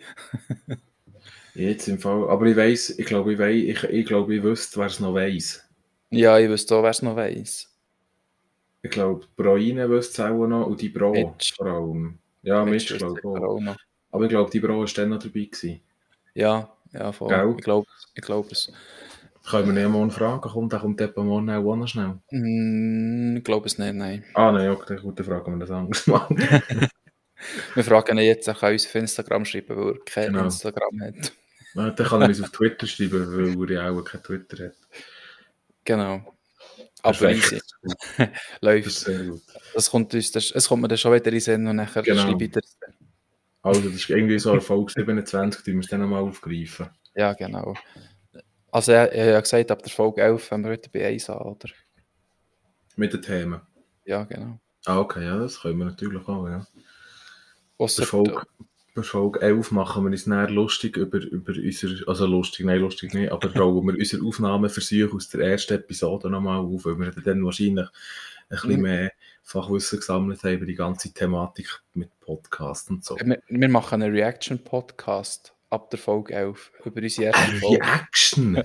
Jetzt im Fall. Aber ich weiss, ich glaube, ich wüsste, wer es noch weiss. Ja, ich wüsste auch, wer es noch weiss. Ich glaube, Broine wüsste es auch noch und die Bro Mitch. vor allem. Ja, Mitch Mitch glaube ich wüsste auch noch. Aber ich glaube, die Bro war dann noch dabei gewesen. Ja, voll. Gell? Ich glaube es. Können wir nicht morgen fragen? Kommt etwa morgen auch noch schnell? Ich glaube es nicht, nein. Nein, okay, gut, dann fragen wir das anders mal. Wir fragen ihn jetzt, er kann uns auf Instagram schreiben, weil er kein Genau. Instagram hat. Dann kann er uns auf Twitter schreiben, weil er ja auch kein Twitter hat. Genau. Aber easy. Läuft. Das ist sehr gut. Es kommt mir dann schon wieder in den Sinn und nachher schreibe ich das dann. Also, das ist irgendwie so eine Folge 27, die wir es dann nochmal aufgreifen. Ja, genau. Also, er hat ja gesagt, ab der Folge 11 wenn wir heute bei 1 an, oder? Mit den Themen. Ja, genau. Okay, ja, das können wir natürlich auch, ja. Ausser Bei Folge 11 machen wir uns dann lustig über unser, also lustig nicht, aber rollen wir unsere Aufnahmeversuche aus der ersten Episode nochmal auf, weil wir dann wahrscheinlich ein bisschen mehr Fachwissen gesammelt haben über die ganze Thematik mit Podcast und so. Wir machen einen Reaction-Podcast ab der Folge 11 über unsere erste Folge. Reaction?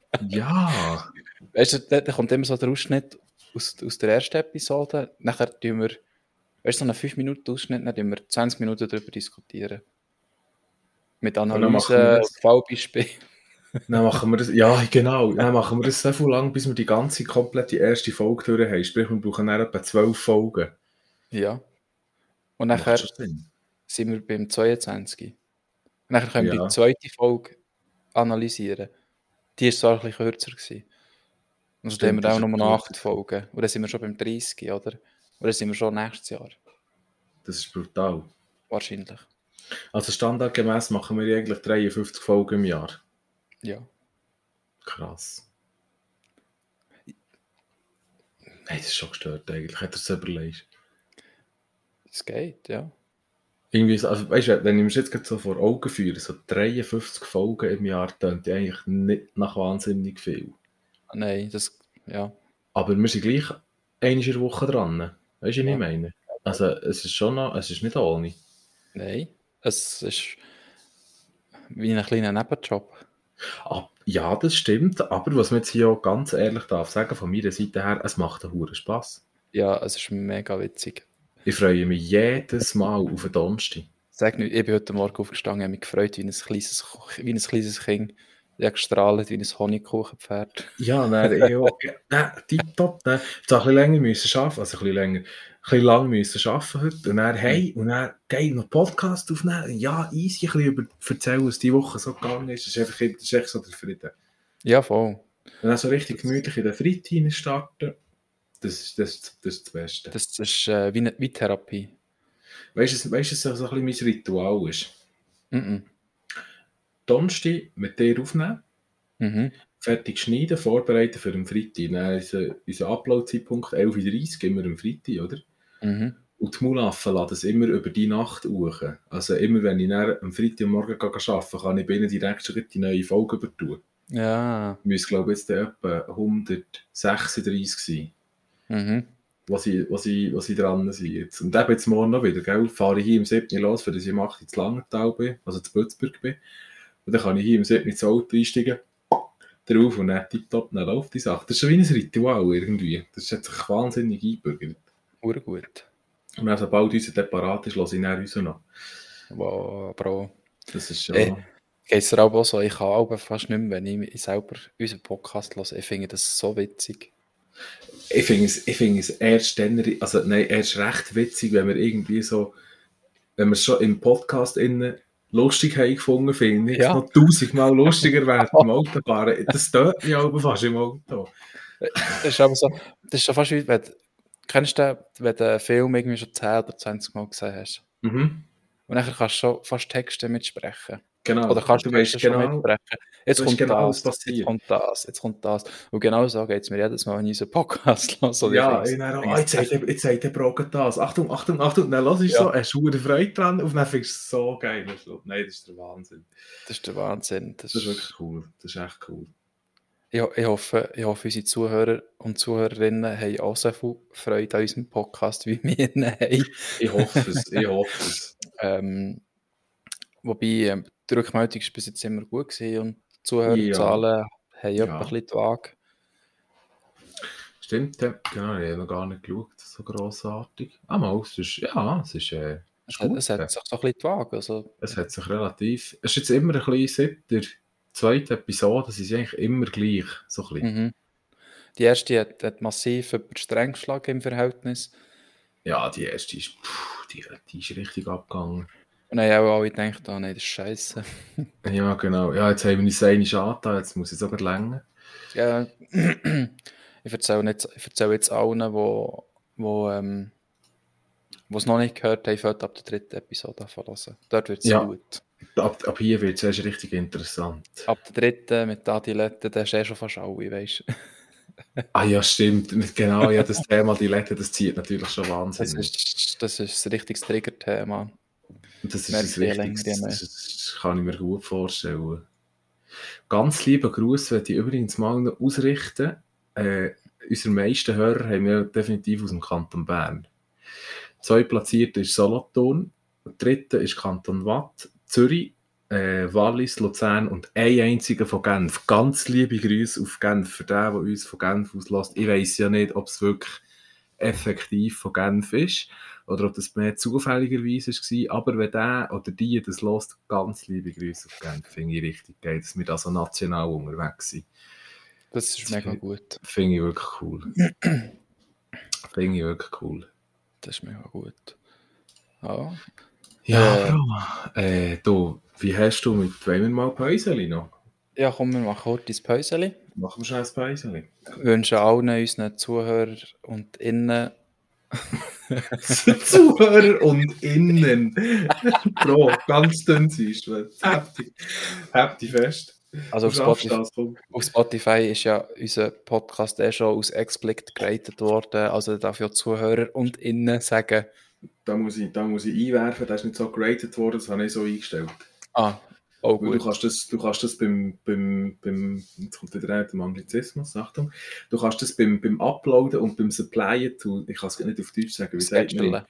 Ja! Weißt du, da kommt immer so der Ausschnitt aus der ersten Episode, nachher tun wir, weißt du, so einen 5-Minuten-Ausschnitt, dann tun wir 20 Minuten darüber diskutieren. Mit Analyse, Fallbeispielen. Dann machen wir das, ja genau, dann machen wir das so viel lang, bis wir die ganze komplette erste Folge durch haben. Sprich, wir brauchen dann etwa 12 Folgen. Ja. Und nachher sind wir beim 22. Und nachher können wir die zweite Folge analysieren. Die war zwar ein bisschen kürzer gewesen. Also da haben wir auch nur noch 8 Folgen. Und dann sind wir schon beim 30, oder? Oder dann sind wir schon nächstes Jahr. Das ist brutal. Wahrscheinlich. Also standardgemäß machen wir eigentlich 53 Folgen im Jahr. Ja. Krass. Nein, das ist schon gestört eigentlich. Hätte er es überlegt. Es geht, ja. Irgendwie so, also weißt du, wenn ich mir jetzt gerade so vor Augen führe, so 53 Folgen im Jahr tönt eigentlich nicht nach wahnsinnig viel. Nein, ja. Aber wir sind gleich einmal in der Woche dran. Weißt du, was ich meine? Also es ist schon noch, es ist nicht ohne. Nein, es ist wie ein kleiner Nebenjob. Ja, das stimmt, aber was man jetzt hier auch ganz ehrlich darf sagen, von meiner Seite her, es macht einen hohen Spass. Ja, es ist mega witzig. Ich freue mich jedes Mal auf den Donnerstag. Sag nicht, ich bin heute Morgen aufgestanden, habe mich gefreut wie ein kleines Kind. Ich habe gestrahlt wie ein Honigkuchenpferd. Ja, tipptopp. Ich musste ein bisschen länger arbeiten, also ein bisschen lang müssen arbeiten heute. Und dann, hey, und dann geil, noch Podcast aufnehmen. Ja, easy, ein bisschen erzählen, was diese Woche so gegangen ist. Das ist echt so der Frieden. Ja, voll. Und dann so richtig gemütlich in den Freitag starten, das ist das Beste. Das ist wie Therapie. Weißt du, was so ein bisschen mein Ritual ist? Mhm. Donnerstag mit dir aufnehmen. Mhm. fertig schneiden, vorbereiten für den Freitag. Dann ist unser Upload-Zeitpunkt 11:30 Uhr, immer am Freitag, oder? Mhm. Und die Mulaffen laden es immer über die Nacht hoch. Also immer, wenn ich dann am Freitagmorgen arbeite, kann ich binnen direkt schon die neue Folge übertun. Ja. Müsste, glaube ich, jetzt etwa 136 sein. Mhm. Was ich dran sind jetzt. Und eben jetzt morgen noch wieder, gell? Fahre ich hier im 7. los, für das ich im 8. zu Langenthal bin, also zu Bützberg bin. Und dann kann ich hier im 7. ins Auto einsteigen, drauf und dann tipptopp, dann läuft die Sache. Das ist schon wie ein Ritual irgendwie. Das hat sich wahnsinnig eingebürgert. Urgut. Und dann, sobald unser Deparat ist, lasse ich dann uns noch. Wow, Bro. Das ist schon... Geht es dir auch so? Ich kann auch fast nicht mehr, wenn ich selber unseren Podcast höre. Ich finde das so witzig. Ich finde es erst recht witzig, wenn wir irgendwie so, wenn wir es schon im Podcast innen lustig haben gefunden, finde ich es noch 1000-mal lustiger während dem Autofahren. Das stört mich aber fast im Auto. Das ist aber so, das ist schon fast wie, kennst du, wenn du einen Film irgendwie schon 10 oder 20 Mal gesehen hast? Mhm. Und dann kannst du schon fast Texte mitsprechen. Genau. Oder kannst du weißt Texte schon genau, mitsprechen. Jetzt kommt genau, das, was passiert. jetzt kommt das, jetzt kommt das. Und genau so geht es mir jedes Mal, wenn ich unseren Podcast höre. Ja, jetzt sagt der Brocken das. Achtung, Achtung, Achtung. Dann lass ich so, hast du eine Freude dran und dann findest du es so geil. Nein, das ist der Wahnsinn. Das ist der Wahnsinn. Das ist wirklich cool. Das ist echt cool. Ich hoffe, unsere Zuhörer und Zuhörerinnen haben auch so viel Freude an unserem Podcast, wie wir ihn haben. Ich hoffe es. Wobei, die Rückmeldung war bis jetzt immer gut gewesen und die Zuhörerzahlen haben etwa ein bisschen die Waage. Stimmt, ja. Genau, ich habe noch gar nicht geschaut, so grossartig. Es ist gut. Es hat sich so ein bisschen die Waage. Also, Es hat sich relativ... Es ist jetzt immer ein bisschen seit der zweiten Episode, es ist eigentlich immer gleich, so ein bisschen. Mhm. Die erste hat massiv über Streng geschlagen im Verhältnis. Ja, die erste ist, die ist richtig abgegangen. Und dann haben auch alle gedacht, oh nein, das ist scheiße. Ja, genau. Ja, jetzt haben wir uns einmal angetan, jetzt muss ich es aber länger. Ja, ich erzähle jetzt allen, die es noch nicht gehört haben, fällt ab der 3. Episode anfangen. Dort wird es gut. Ab hier wird es erst richtig interessant. Ab der 3. mit Adilette, da ist schon fast alle, weißt du. Ja, stimmt. Genau, ja, das Thema Dilette, das zieht natürlich schon wahnsinnig. Das ist ein richtiges Trigger-Thema. Das ist ein wichtiges, das kann ich mir gut vorstellen. Ganz lieben Gruß möchte ich übrigens mal noch ausrichten. Unsere meisten Hörer haben wir definitiv aus dem Kanton Bern. 2 platziert ist Solothurn, der 3. ist Kanton Waadt, Zürich, Wallis, Luzern und ein einziger von Genf. Ganz liebe Grüße auf Genf für den, der uns von Genf auslässt. Ich weiss ja nicht, ob es wirklich effektiv von Genf ist oder ob das mehr zufälligerweise war. Aber wenn der oder die das lässt, ganz liebe Grüße auf Genf. Finde ich richtig geil, dass wir da so national unterwegs sind. Das ist mega gut. Finde ich wirklich cool. Das ist mega gut. Ja. Ja, du, wie hast du mit, wollen wir mal Päuseli noch? Ja, komm, wir machen heute ein Päuseli. Machen wir schon ein Päuseli. Wir wünschen allen unseren Zuhörern und Innen... Zuhörer und Innen. Bro, ganz dünn siehst du. Habt die fest. Also auf Spotify ist ja unser Podcast schon aus explicit geratet worden. Also darf ich auch Zuhörer und Innen sagen. Da muss ich einwerfen, das ist nicht so geratet worden, das habe ich so eingestellt. Oh gut. Du kannst das beim jetzt kommt wieder der Anglizismus, Achtung, du kannst das beim Uploaden und beim Supplyen tun, ich kann es nicht auf Deutsch sagen, wie sagt man?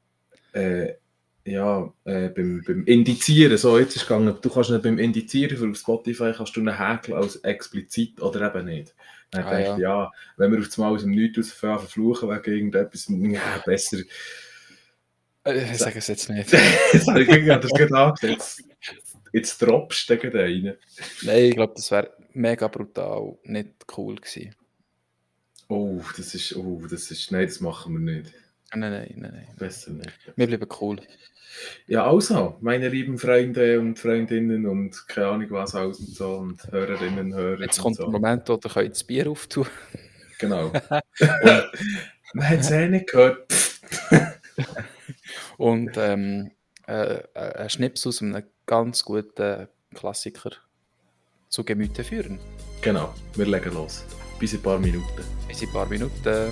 Beim Indizieren, so jetzt ist es gegangen, du kannst nicht beim Indizieren für Spotify kannst du einen häkeln als explizit oder eben nicht. Dann dachte ich, wenn wir auf einmal aus dem Nichts verfluchen wegen irgendetwas, besser. Ich sage es jetzt nicht. Das habe ich gerade angesetzt. Jetzt droppst du gegen einen. Nein, ich glaube, das wäre mega brutal nicht cool gewesen. Nein, das machen wir nicht. Nein. Besser nicht. Wir bleiben cool. Ja, also, meine lieben Freunde und Freundinnen und keine Ahnung was alles und so und Hörerinnen und Hörer. Jetzt kommt der Moment, wo ihr das Bier auftun. Genau. Und man hat es nicht gehört. Und ein Schnips aus einem ganz guten Klassiker zu Gemüte führen. Genau, wir legen los. Bis in ein paar Minuten. Bis in ein paar Minuten.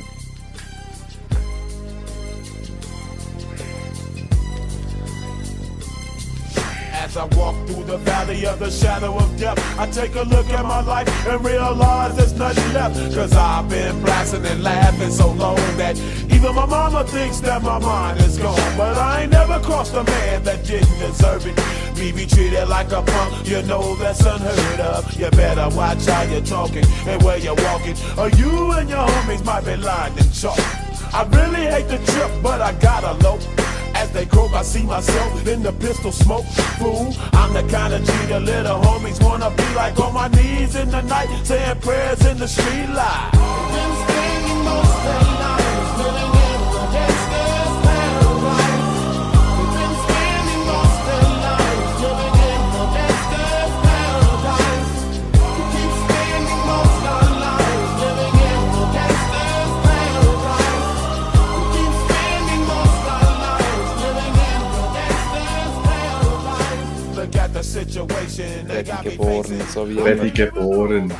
As I walk through the valley of the shadow of death, I take a look at my life and realize there's nothing left. Cause I've been blasting and laughing so long that even my mama thinks that my mind is gone. But I ain't never crossed a man that didn't deserve it. Me be treated like a punk, you know that's unheard of. You better watch how you're talking and where you're walking, or you and your homies might be lying in chalk. I really hate the trip, but I gotta low. As they croak, I see myself in the pistol smoke. Fool, I'm the kind of G the little homies wanna be like, on my knees in the night, saying prayers in the street light. Been spending most of their lives living in the gangster's paradise. We've been spending most of their lives living in the gangster's paradise. We keep spending most of our lives living in the gangster's paradise. We keep spending most of our lives living in the gangster's paradise. Look at the situation they got me Geboren, facing. so wie Ready immer. geboren.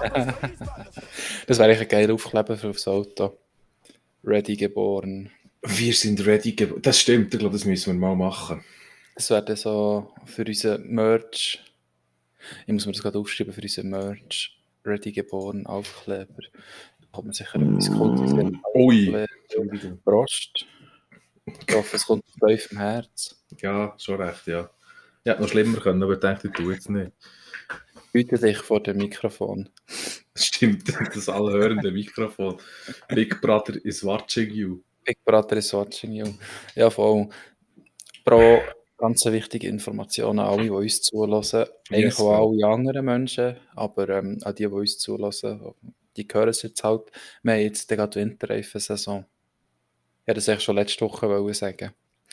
Das wäre eigentlich ein geiler Aufkleber für aufs Auto. Ready geboren. Wir sind ready geboren. Das stimmt, ich glaube, das müssen wir mal machen. Das wäre dann so für unser Merch. Ich muss mir das gerade aufschreiben für unser Merch. Ready geboren, Aufkleber. Da kommt man sicher etwas Kultiges. Ui. Entschuldigung. Prost. Ich hoffe, es kommt aus tiefem Herz. Ja, schon recht, ja. Ich hätte noch schlimmer können, aber ich dachte, ich tue jetzt nicht. Hüte dich vor dem Mikrofon. Das stimmt, das allhörende Mikrofon. Big Brother is watching you. Big Brother is watching you. Ja, voll. Pro ganz wichtige Informationen an alle, die uns zulassen. Eigentlich Yes, auch alle anderen Menschen, aber an die uns zulassen, die hören es jetzt halt. Wir haben jetzt gerade die Winterreifen-Saison. Ich hätte das eigentlich schon letzte Woche sagen.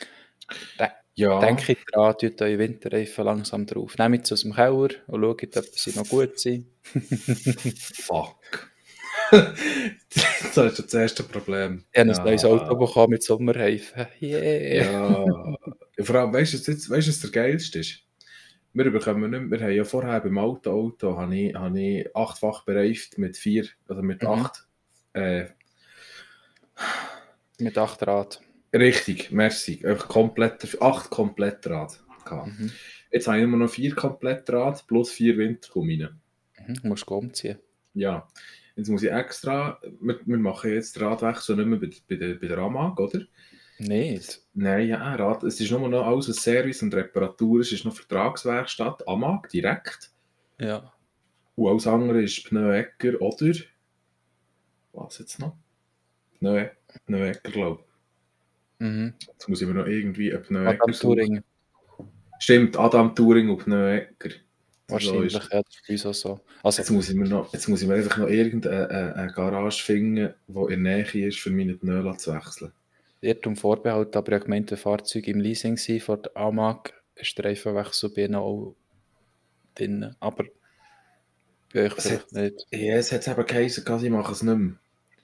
Ja, Denkt dran, tut eure Winterreifen langsam drauf. Nehmt sie aus dem Keller und schaut, ob sie noch gut sind. fuck. Das ist das erste Problem. Ich habe ein neues Auto bekommen mit Sommerreifen. Yeah. Ja. Vor allem, weißt du, was der geilste ist? Wir bekommen nicht mehr, wir haben ja vorher beim alten Auto habe ich 8-fach bereift mit 4, also mit 8. Mit 8 Rad. Richtig, merci. Einfach 8 Komplettrad gehabt. Jetzt habe ich immer noch 4 Komplettrad plus 4 Wintergummien. Du musst umziehen. Ja, jetzt muss ich extra, wir machen jetzt den Radwechsel nicht mehr bei der AMAG, oder? Nicht? Nein, ja, es ist nur noch alles ein Service und Reparatur, es ist noch Vertragswerkstatt, AMAG direkt. Ja. Und alles andere ist Pneuecker oder, was jetzt noch? Pneuecker, glaube ich. Jetzt muss ich mir noch irgendwie ein Pneuecker Adam Touring. Stimmt, Adam Touring und Pneuecker. Wahrscheinlich, So ist- ja, das ist bei uns auch so. Also, Jetzt muss ich mir einfach noch irgendeine Garage finden, die in der Nähe ist, für meine Pneu zu wechseln. Irrtum Vorbehalt, aber ich habe gemeint, wenn Fahrzeuge im Leasing sind von der AMAG, ist der Reifenwechsel bei ihnen auch drin. Aber bei euch vielleicht nicht. Ja, es hat eben geheißen, ich mache es nicht mehr.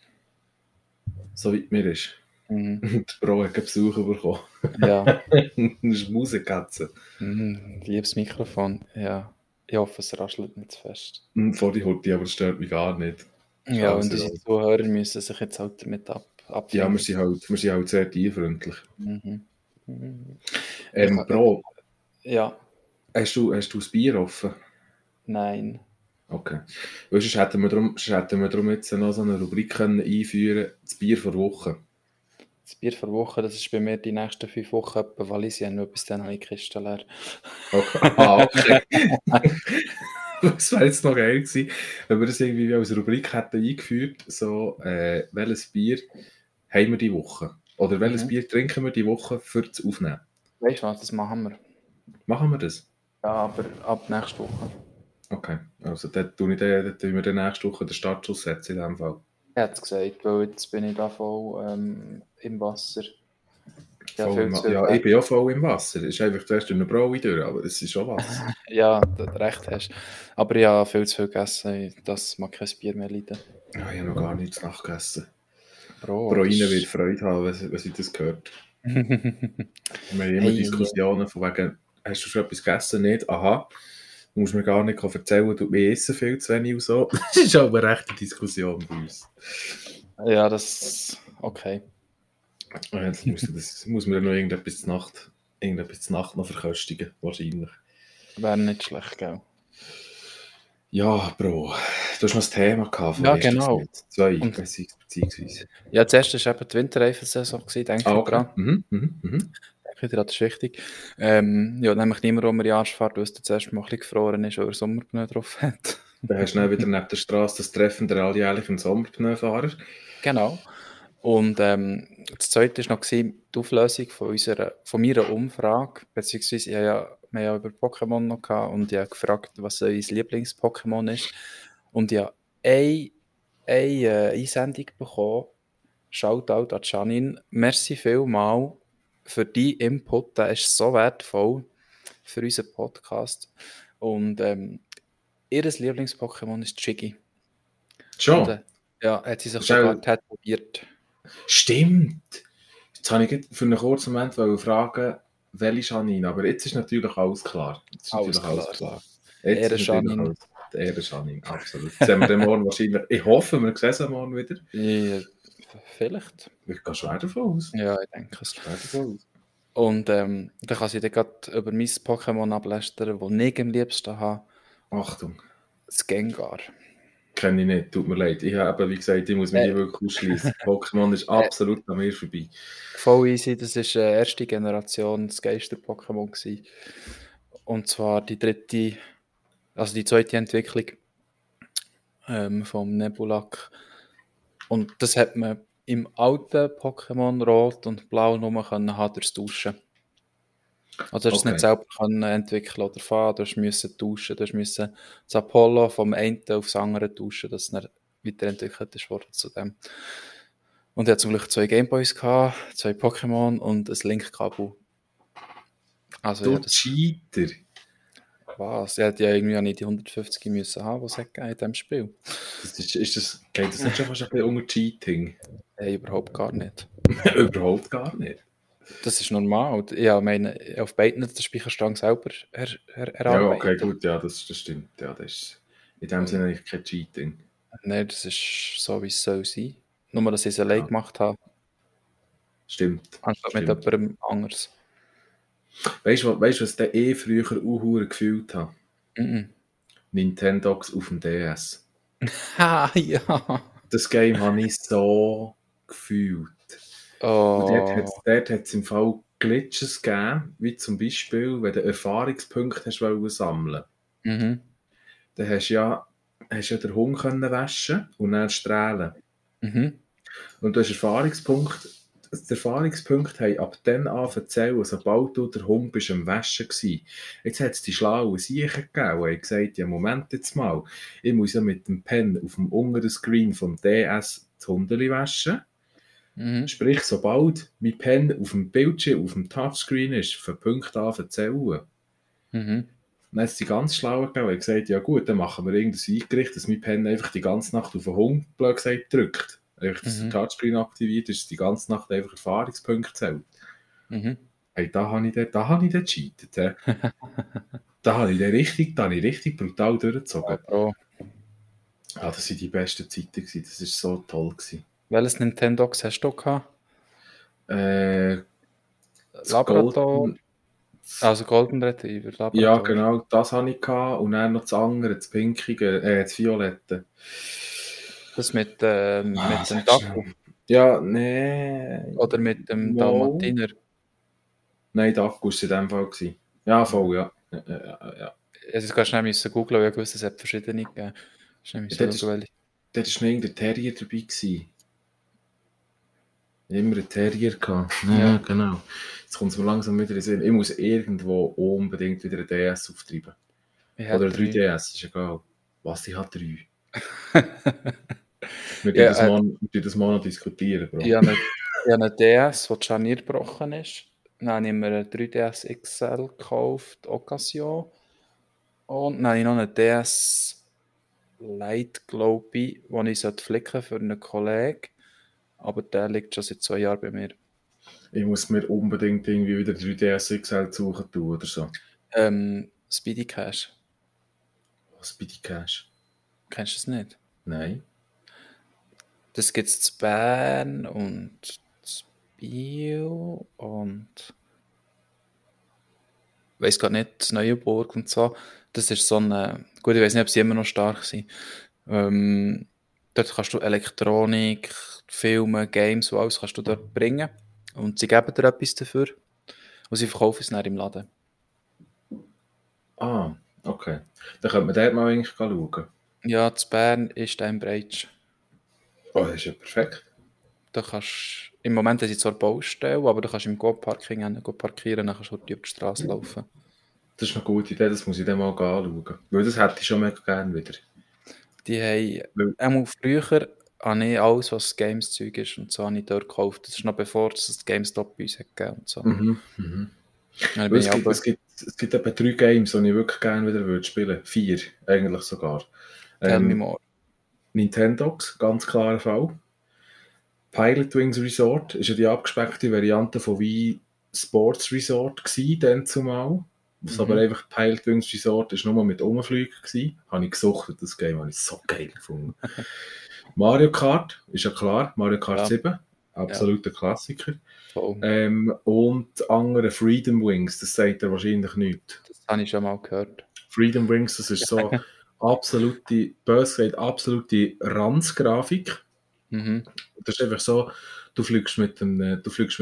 So weit mir ist. Mhm. Der Bro hat Besuch bekommen. Ja, Das ist Musikkatze. liebes Mikrofon. Ja, ich hoffe, es raschelt nicht zu fest. Vor die Horti, aber das stört mich gar nicht. Ja, Also, und unsere Zuhörer müssen sich jetzt halt damit abfinden. Ja, wir sind halt sehr tierfreundlich. Mhm. Bro, Ja, hast du das Bier offen? nein. Okay. Weil sonst hätten wir darum jetzt noch so eine Rubrik können einführen, das Bier vor Woche. Das Bier vor Woche, das ist bei mir die nächsten 5 Wochen etwa Wallisien, nur bis dann habe ich die Kiste leer. Okay. Okay. Das wäre jetzt noch geil gewesen, wenn wir das irgendwie als Rubrik hätten eingeführt, so, welches Bier haben wir die Woche? Oder welches Bier trinken wir die Woche für das Aufnehmen? Weißt du was, das machen wir. Machen wir das? Ja, aber ab nächste Woche. Okay, also dann tun wir dann nächste Woche den Startschuss setzen in dem Fall. Er hat es gesagt, weil jetzt bin ich da voll im Wasser. Ja, Voll viel zu viel ja, weg. ich bin auch voll im Wasser. Es ist einfach zuerst durch eine Braue durch, aber es ist schon Wasser. Ja, du recht hast. Aber ich habe viel zu viel gegessen, das mag kein Bier mehr leiden. Ja, ich habe noch gar nichts nachgegessen. Bro, Broine das ist- wird Freude haben, wenn sie das hört. Wir haben immer Hey, Diskussionen von wegen, hast du schon etwas gegessen? Nicht? Aha. Du musst mir gar nicht erzählen, du essen viel zu wenig und so. Das ist aber eine rechte Diskussion bei uns. Ja, das... Okay. Jetzt muss man noch irgendetwas zur Nacht noch verköstigen, wahrscheinlich. Wäre nicht schlecht, gell? Ja, Bro. Du hast noch ein Thema gehabt von Ja, erster genau. Zeit. Zwei, Und- beziehungsweise. Ja, zuerst war eben die Winterreifen-Saison, denke ich Okay. dran. Mhm. Denke ich, das ist wichtig. Ja, nämlich niemand, wo man Jahresfahrt, weil es zuerst mal ein bisschen gefroren ist, weil er Sommerpneu drauf hat. Dann hast du dann wieder neben der Straße das Treffen der alljährlichen Sommerpneufahrer. Genau. Und das Zweite war noch die Auflösung von meiner Umfrage, beziehungsweise wir haben ja über Pokémon noch gehabt und ich habe gefragt, was euer Lieblings-Pokémon ist. Und ich habe eine Einsendung bekommen. Shoutout an Janine. Merci vielmal für deinen Input. Der ist so wertvoll für unseren Podcast. Und ihr Lieblings-Pokémon ist Jiggy. Schon? Und, ja, hat sie sich Schau. sogar tätowiert. Stimmt! Jetzt habe ich für einen kurzen Moment fragen, welche Janine, aber jetzt ist natürlich alles klar. Jetzt ist Ehre natürlich Janine. alles die Ehre Janine, absolut. Jetzt sehen wir den morgen wahrscheinlich, ich hoffe, wir sehen sie morgen wieder. Ja, vielleicht. Ich gehe schwer davon aus. Ja, ich denke es. Schwer davon aus. Und dann kann sie dann gerade über mein Pokémon ablästern, das ich am liebsten habe. Achtung, Das Gengar. kenne ich nicht, tut mir leid. Ich habe eben, wie gesagt, ich muss mich hier wirklich ausschließen. Pokémon ist absolut an mir vorbei. Voll easy, das war erste Generation das Geister-Pokémon gewesen. Und zwar die zweite Entwicklung vom Nebulak. Und das hat man im alten Pokémon Rot und Blau nur können haben durchs Tauschen. Also du hast es nicht selber können entwickeln oder fahren, du musst tauschen, du musst das Apollo vom einen aufs andere tauschen, dass es dann weiterentwickelt ist worden zu dem. Und er hat zum Glück 2 Gameboys gehabt, 2 Pokémon und ein Link-Kabel. Also, Du ja, das Cheater! was? Er hätte ja irgendwie auch nicht die 150 müssen haben, was es in diesem Spiel. Geht das nicht schon fast ein bisschen unter Cheating? Hey, überhaupt gar nicht. Überhaupt gar nicht. Das ist normal. Ja, ich meine, auf beiden den Speicherstand selber erarbeitet. Ja, okay, gut, ja, das stimmt. Ja, das ist in dem Sinne eigentlich kein Cheating. Nein, das ist so, wie es soll sein. Nur, dass ich es allein gemacht habe, Stimmt. anstatt mit jemandem anders. Weißt du, was ich früher auch gefühlt habe? Nintendogs auf dem DS. Ha, ja. Das Game habe ich so gefühlt. Oh. Und dort hat es im Fall Glitches gegeben, wie zum Beispiel, wenn du Erfahrungspunkte hast sammeln Mhm. dann hast du ja den Hund können waschen und dann strahlen. Mhm. Und du hast Erfahrungspunkte. Die Erfahrungspunkte haben ab dann an erzählen, sobald du der Hund bist am Waschen warst. Jetzt hat es die schlauen Siechen gegeben, die haben gesagt, ja Moment jetzt mal, ich muss ja mit dem Pen auf dem unteren Screen vom DS das Hundeli waschen. Mhm. Sprich, sobald mein Pen auf dem Bildschirm, auf dem Touchscreen ist, von Punkten an erzählen. Mhm. Dann hat es die ganz Schlauen gegeben, die haben gesagt, ja gut, dann machen wir irgendein Eingericht, dass mein Pen einfach die ganze Nacht auf den Hund, blöd gesagt, drückt. Einfach, dass der Touchscreen aktiviert ist, die ganze Nacht einfach Erfahrungspunkte zählt. Mhm. Hey, da habe ich dann gecheatet. Da habe ich richtig brutal durchgezogen. Oh. Ja, das waren die besten Zeiten gewesen. Das war so toll gewesen. Welches Nintendogs hast du gehabt? Labrador. Also Golden Retriever. Labrador. Ja, genau, das hatte ich gehabt. Und dann noch das andere, das Pinkige, das Violette. Das mit dem Daku? Ja, nee. Oder mit dem Dalmatiner? Nein, Daku war es in dem Fall gewesen. Ja, voll, ja. Ja. Also, du schnell googeln, weil ich wusste, es hat verschiedene gegeben. Dort war noch irgendein Terrier dabei gewesen. Immer einen Terrier gehabt. Ja, genau. Jetzt kommt es mir langsam wieder in den Sinn. Ich muss irgendwo unbedingt wieder einen DS auftreiben. Oder ein 3DS, ist egal. Was, ich habe 3. Wir können das mal noch diskutieren, Bro. Ich habe einen DS, der die Scharnier gebrochen ist. Dann habe ich mir einen 3DS XL gekauft, Occasion. Und dann habe ich noch einen DS Lite, glaube ich, den ich flicken für einen Kollegen. Aber der liegt schon seit 2 Jahren bei mir. Ich muss mir unbedingt irgendwie wieder 3DS XL suchen tun oder so. Speedy Cash. Speedy Cash? Kennst du das nicht? Nein. Das gibt es zu Bern und zu Biel und ich weiss gerade nicht, zu Neuenburg und so. Das ist so eine, gut, ich weiss nicht, ob sie immer noch stark sind. Dort kannst du Elektronik, Filme, Games und alles kannst du dort bringen. Und sie geben dir etwas dafür. Und sie verkaufen es dann im Laden. Ah, okay. Dann könnte man dort mal eigentlich schauen. Ja, zu Bern ist ein Breitsch. Oh, das ist ja perfekt. Da kannst, im Moment ist es zwar Baustelle, aber du kannst im Go-Parking parkieren, dann kannst du über die Straße laufen. Das ist eine gute Idee, das muss ich dann mal anschauen. Weil das hätte ich schon mega gerne wieder. Die haben, einmal früher habe ich alles, was Games-Zeug ist und so, habe ich dort gekauft. Das ist noch bevor es das GameStop bei uns hat gegeben und so. Dann bin Es gibt etwa 3 Games, die ich wirklich gerne wieder würde spielen. 4, eigentlich sogar. Tell me more. Nintendogs, ganz klarer Fall. Pilot Wings Resort ist ja die abgespeckte Variante von Wii Sports Resort gewesen, dann zumal. Was aber einfach Pilot Wings Resort ist nur mit Umflügen gewesen. Habe ich gesuchtet, das Game habe ich so geil gefunden. Mario Kart, ist ja klar, Mario Kart 7, absoluter Klassiker. Und andere Freedom Wings, das sagt er wahrscheinlich nicht. Das habe ich schon mal gehört. Freedom Wings, das ist so absolute, böse gesagt, absolute Ranzgrafik. Das ist einfach so, du fliegst mit einem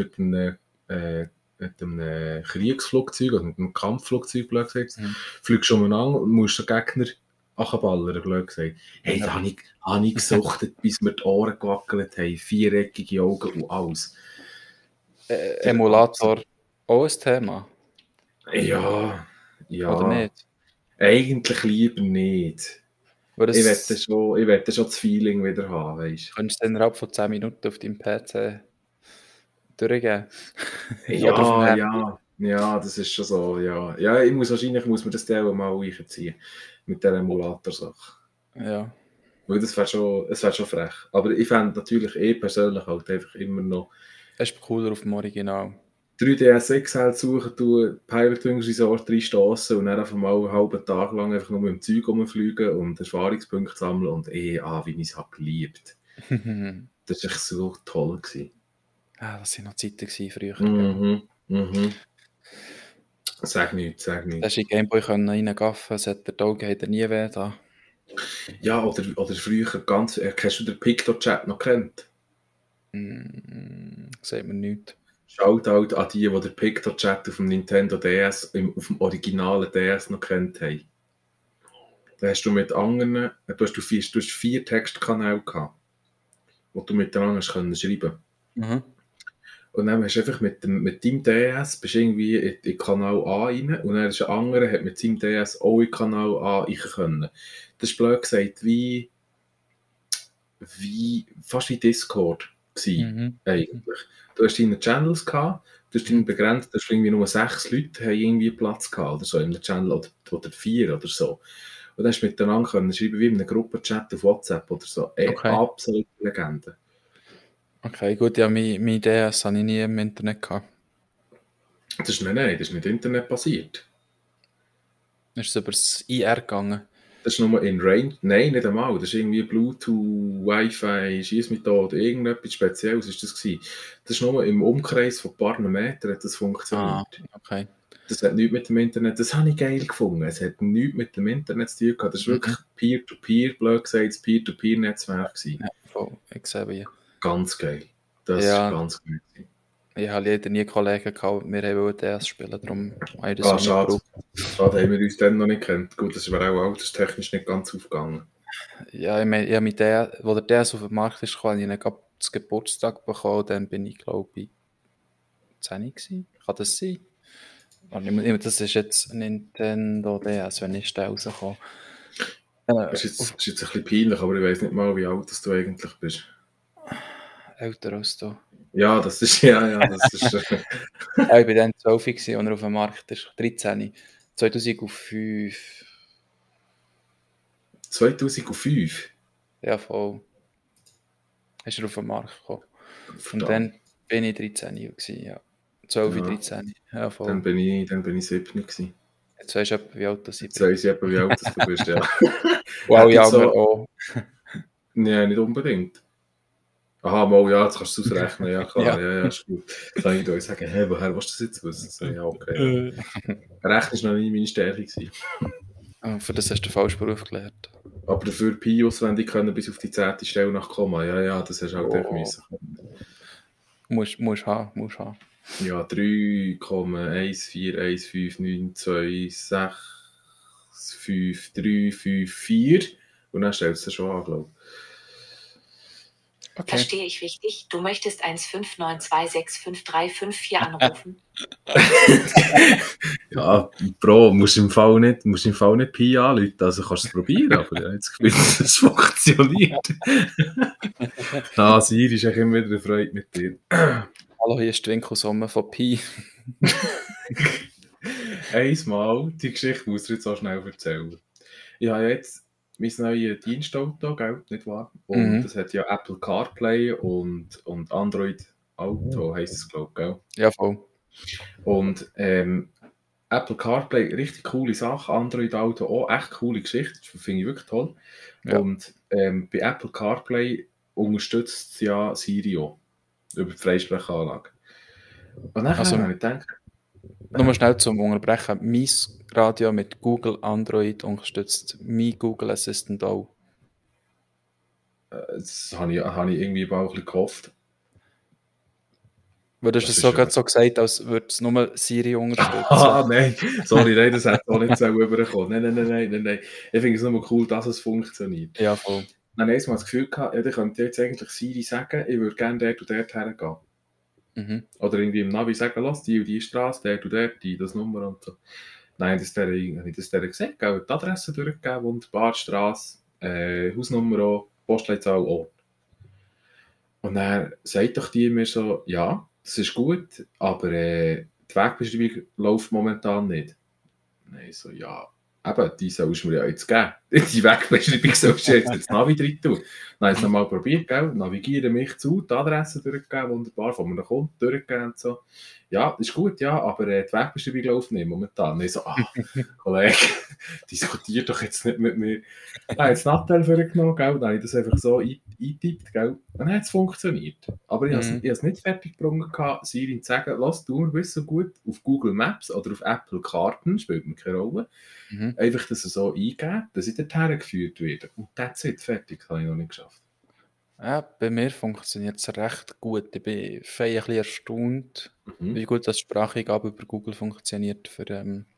Kriegsflugzeug, also mit einem Kampfflugzeug, blöd gesagt, fliegst umeinander und musst den Gegner anballern, blöd gesagt. Hey, da habe ich gesuchtet, bis mir die Ohren gewackelt haben, 4-eckige Augen und alles. Emulator auch ein Thema? Ja. Oder nicht? Eigentlich lieber nicht. Ich wette schon das Feeling wieder haben, weißt du. Könntest du innerhalb von 10 Minuten auf deinem PC durchgehen? Ja, das ist schon so, ja. Ja, wahrscheinlich muss man das dann auch mal reinziehen. Mit dieser Emulator-Sache. Ja. Weil das wäre schon frech. Aber ich fände natürlich persönlich halt einfach immer noch... Es ist cooler auf dem Original. 3DS XL suchen, Pilot Wings Resort reinstossen und dann einfach mal einen halben Tag lang einfach nur mit dem Zeug rumfliegen und Erfahrungspunkte sammeln und wie ich es habe geliebt. Das war echt so toll gewesen. Ah, das waren noch Zeiten früher. Sag nicht. Da hast du in Gameboy reingaffen, es hat der Augen nie weh da. Ja, oder früher ganz... Hast du den Picto-Chat noch kennt? Sagt mir nichts. Shoutout an die den Picto-Chat auf dem Nintendo DS, auf dem originalen DS noch kennt haben. Da hast du mit anderen... Du hast 4 Textkanäle gehabt, wo du miteinander schreiben konntest. Und dann hast du einfach mit deinem DS bist irgendwie in Kanal A rein und dann ist ein anderer, hat mit seinem DS auch in Kanal A rein können. Das ist blöd gesagt fast wie Discord gewesen, eigentlich. Du hast deine Channels gehabt, du hast deinen begrenzt, du hast irgendwie nur 6 Leute haben irgendwie Platz gehabt oder so in einem Channel oder 4 oder so. Und dann hast du miteinander können schreiben wie in einem Gruppenchat auf WhatsApp oder so. Absolute Legende. Okay, gut, ja, mein DS habe ich nie im Internet gehabt. Das ist nicht Internet basiert. Ist es über das IR gegangen? Das ist nur in Range. Nein, nicht einmal. Das ist irgendwie Bluetooth, Wi-Fi, Schießmethode, irgendetwas Spezielles ist das gewesen. Das ist nur im Umkreis von ein paar Metern hat das funktioniert. Okay. Das hat nichts mit dem Internet, das habe ich geil gefunden. Es hat nichts mit dem Internet zu tun gehabt. Das war wirklich Peer-to-Peer, blöd gesagt, das Peer-to-Peer-Netzwerk gewesen. Ja, voll. Ich sehe wie. Ganz geil. Das ist ganz geil. Ich habe leider nie Kollegen gehabt, wir wollten DS spielen, darum habe ich das schade. Schade, haben wir uns dann noch nicht kennt. Gut, das war auch alterstechnisch nicht ganz aufgegangen. Ja, ich meine, mit der, wo der DS auf den Markt ist, habe ich ihn gerade zum Geburtstag bekommen, dann bin ich, glaube ich, 10 gewesen. Kann das sein? Das ist jetzt Nintendo DS, wenn ich schnell rauskomme. Das ist jetzt ein bisschen peinlich, aber ich weiss nicht mal, wie alt du eigentlich bist. Älter als du. Ja, das ist, das ist... Ich war dann 12, als er auf dem Markt ist, 13. 2005. 2005? Ja, voll. Ist er auf den Markt gekommen. Verdammt. Und dann bin ich 13 gewesen, ja. 12, 13. Ja, voll. Dann bin ich 17 gewesen. Jetzt weisst du etwa, wie alt das ich Jetzt bin. weiss ich eben, wie alt das du bist, ja. Wow, Hat ja, jetzt aber so- auch. Nein, nicht unbedingt. Aha, mal, ja, jetzt kannst du es ausrechnen, ja klar, ja, ist gut. Dann würde ich sagen, hey, woher willst du das jetzt wissen? So, ja, okay. Rechnen war noch nie meine Stärke gewesen. Für das hast du den falschen Beruf gelernt. Aber dafür Pi auswendig können bis auf die 10. Stelle nach Komma. Ja, das hast du halt echt müssen. Musst haben. Ja, 3,14159265354 und dann stellst du es schon an, glaube ich. Okay. Verstehe ich richtig? Du möchtest 159265354 anrufen? Ja, Bro, musst im Fall nicht Pi anrufen, also kannst du es probieren, aber ja, jetzt gewinnt es funktioniert. Siri ist eigentlich immer wieder eine Freude mit dir. Hallo, hier ist die Winkelsumme von Pi. Einmal, die Geschichte muss ich dir jetzt auch schnell erzählen. Ich habe jetzt mein neues Dienstauto, gell, nicht wahr? Und das hat ja Apple CarPlay und Android Auto, heisst es, glaube ich, gell? Ja, voll. Und Apple CarPlay, richtig coole Sache, Android Auto auch, echt coole Geschichte, das finde ich wirklich toll. Ja. Und bei Apple CarPlay unterstützt es ja Siri auch, über die Freisprechanlage. Und dann Also- habe ich gedacht, Nur schnell zum Unterbrechen. Mein Radio mit Google Android unterstützt mein Google Assistant auch. das habe ich irgendwie auch ein bisschen gehofft. Weil du hast Das das ist so ja- gerade so gesagt, als würde es nur Siri unterstützen. Nein, sorry, nein, das hätte auch nicht so rübergekommen. Nein. Ich finde es nur cool, dass es funktioniert. Ja, voll. Dann habe ich mal das Gefühl gehabt, ja, ich könnte jetzt eigentlich Siri sagen, ich würde gerne dort und dort hergehen. Mhm. Oder irgendwie im Navi sagen, lass die und die Straße, dort und dort, das Nummer und so. Nein, das habe ich das der gesagt, die Adresse durchgegeben, wunderbar, Straße, Hausnummer auch, Postleitzahl auch. Und dann sagt doch die mir so, ja, das ist gut, aber die Wegbeschreibung läuft momentan nicht. Nein, so, ja, eben, die sollst du mir ja jetzt geben. Die Wegbeschreibung sollst du jetzt ins Navi drin tun. Dann habe ich es nochmal probiert, gell? Navigiere mich zu, die Adresse durchgegeben, wunderbar, von mir kommt, durchgegeben und so. Ja, das ist gut, ja, aber die Wegbeschreibung läuft nicht momentan. Ich so, Kollege, diskutier doch jetzt nicht mit mir. Dann habe ich das Nattel vorgenommen, gell? Dann habe ich das einfach so eingetippt, gell? Und dann hat es funktioniert. Aber ich habe es nicht fertig gebracht, Siri zu sagen, lass du wissen gut auf Google Maps oder auf Apple Karten, spielt mir keine Rolle. Einfach das so eingeben, dass ich dorthin geführt werde. Und that's it, fertig, das habe ich noch nicht geschafft. Ja, bei mir funktioniert es recht gut. Ich bin fein ein bisschen erstaunt, wie gut das Spracheingabe über Google funktioniert für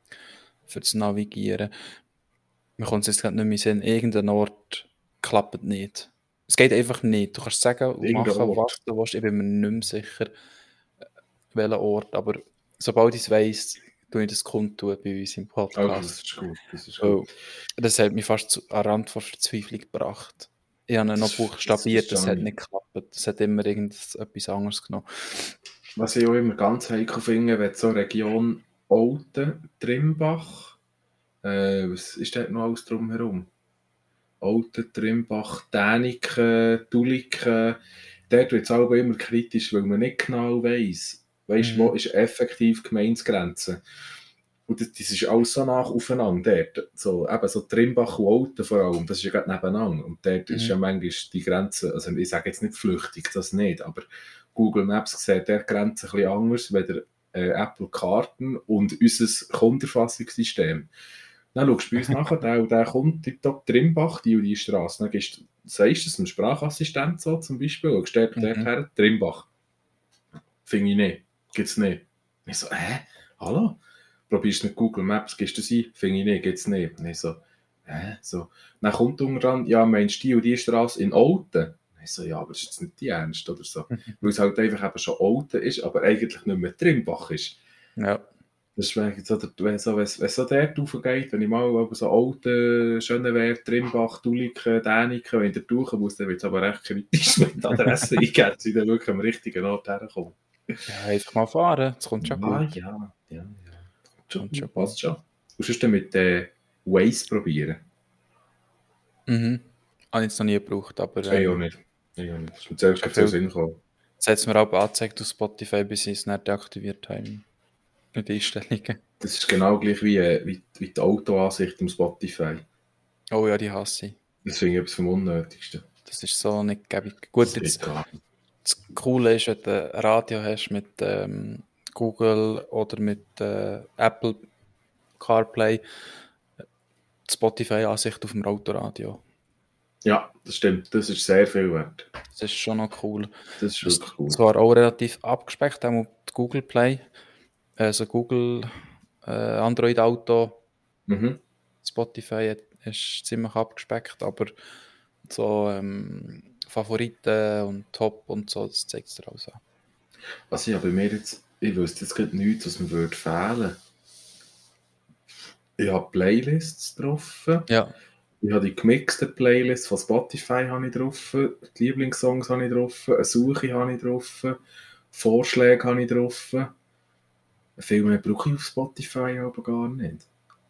das Navigieren. Mir kommt es jetzt gerade nicht mehr in den Sinn, irgendein Ort klappt nicht. Es geht einfach nicht. Du kannst sagen und Irgendein machen, Ort. was du willst. Ich bin mir nicht mehr sicher, welchen Ort. Aber sobald ich es weiss, tue ich das kundtun bei uns im Podcast. Oh, das ist gut, das ist gut. Das hat mich fast an den Rand von Verzweiflung gebracht. Ich habe ihn noch buchstabiert, das hat nicht geklappt. Das hat immer etwas anderes genommen. Was ich auch immer ganz heikel finde, wenn so Region Olten, Trimbach, was ist dort noch alles drumherum? Olten, Trimbach, Däniken, Tuliken, dort wird es auch immer kritisch, weil man nicht genau weiss, wo ist effektiv die Gemeindegrenze. Und das ist alles so nach aufeinander dort. So, eben so Trimbach und Olten vor allem, das ist ja gerade nebeneinander. Und dort ist ja manchmal die Grenze, also ich sage jetzt nicht flüchtig, das nicht, aber Google Maps sieht der Grenze ein bisschen anders, wie der Apple Karten und unser Kundenerfassungssystem. Dann schaust du bei uns nachher, der kommt tiptop Trimbach, die und die Straße. Dann sagst du es einem Sprachassistent so zum Beispiel, und steht dort her, Trimbach. Finde ich nicht, gibt es nicht. Ich so, hallo? Probierst du mit Google Maps, gehst du das ein? Finde ich nicht, geht's nicht. Und ich so, so. Dann kommt unten ja, meinst du die und die Straße in Olten? Und ich so, ja, aber das ist jetzt nicht die Ernst oder so. Weil es halt einfach eben schon Olten ist, aber eigentlich nicht mehr Trimbach ist. Ja. Das ist so, wenn es so dort raufgeht, wenn ich mal so Olten, Schönenwert, Trimbach, Tuliken, Däniken, wenn ich da tauchen muss, dann wird es aber recht kritisch mit der Adresse eingeben, dass ich dann wirklich am richtigen Ort herkomme. Ja, einfach mal fahren, das kommt schon gut. Ja. Schon, passt schon. Du musst dann mit Waze probieren. Habe ich jetzt noch nie gebraucht, aber... Ich auch nicht. Das ist mir selbst kein Sinn gekommen. Das hat es mir auch angezeigt auf Spotify, bis sie es nicht deaktiviert haben. Mit Einstellungen. Das ist genau gleich wie die Autoansicht im Spotify. Oh ja, die hasse ich. Das finde ich etwas vom Unnötigsten. Das ist so nicht gäbig. Gut, Das jetzt, geht gar nicht. das Coole ist, wenn du ein Radio hast mit Google oder mit Apple CarPlay, die Spotify-Ansicht auf dem Autoradio. Ja, das stimmt. Das ist sehr viel wert. Das ist schon noch cool. Das ist wirklich gut. Zwar auch relativ abgespeckt, auch mit Google Play. Also Google Android Auto, Mhm. Spotify ist ziemlich abgespeckt, aber so Favoriten und Top und so, das zeigt es dir alles an. Was ich bei mir jetzt, ich wüsste jetzt gerade nichts, was mir würde fehlen. Ich habe Playlists drauf. Ja. Ich habe die gemixten Playlists von Spotify habe ich drauf. Die Lieblingssongs habe ich drauf. Eine Suche habe ich drauf. Vorschläge habe ich drauf. Viel mehr brauche ich auf Spotify aber gar nicht.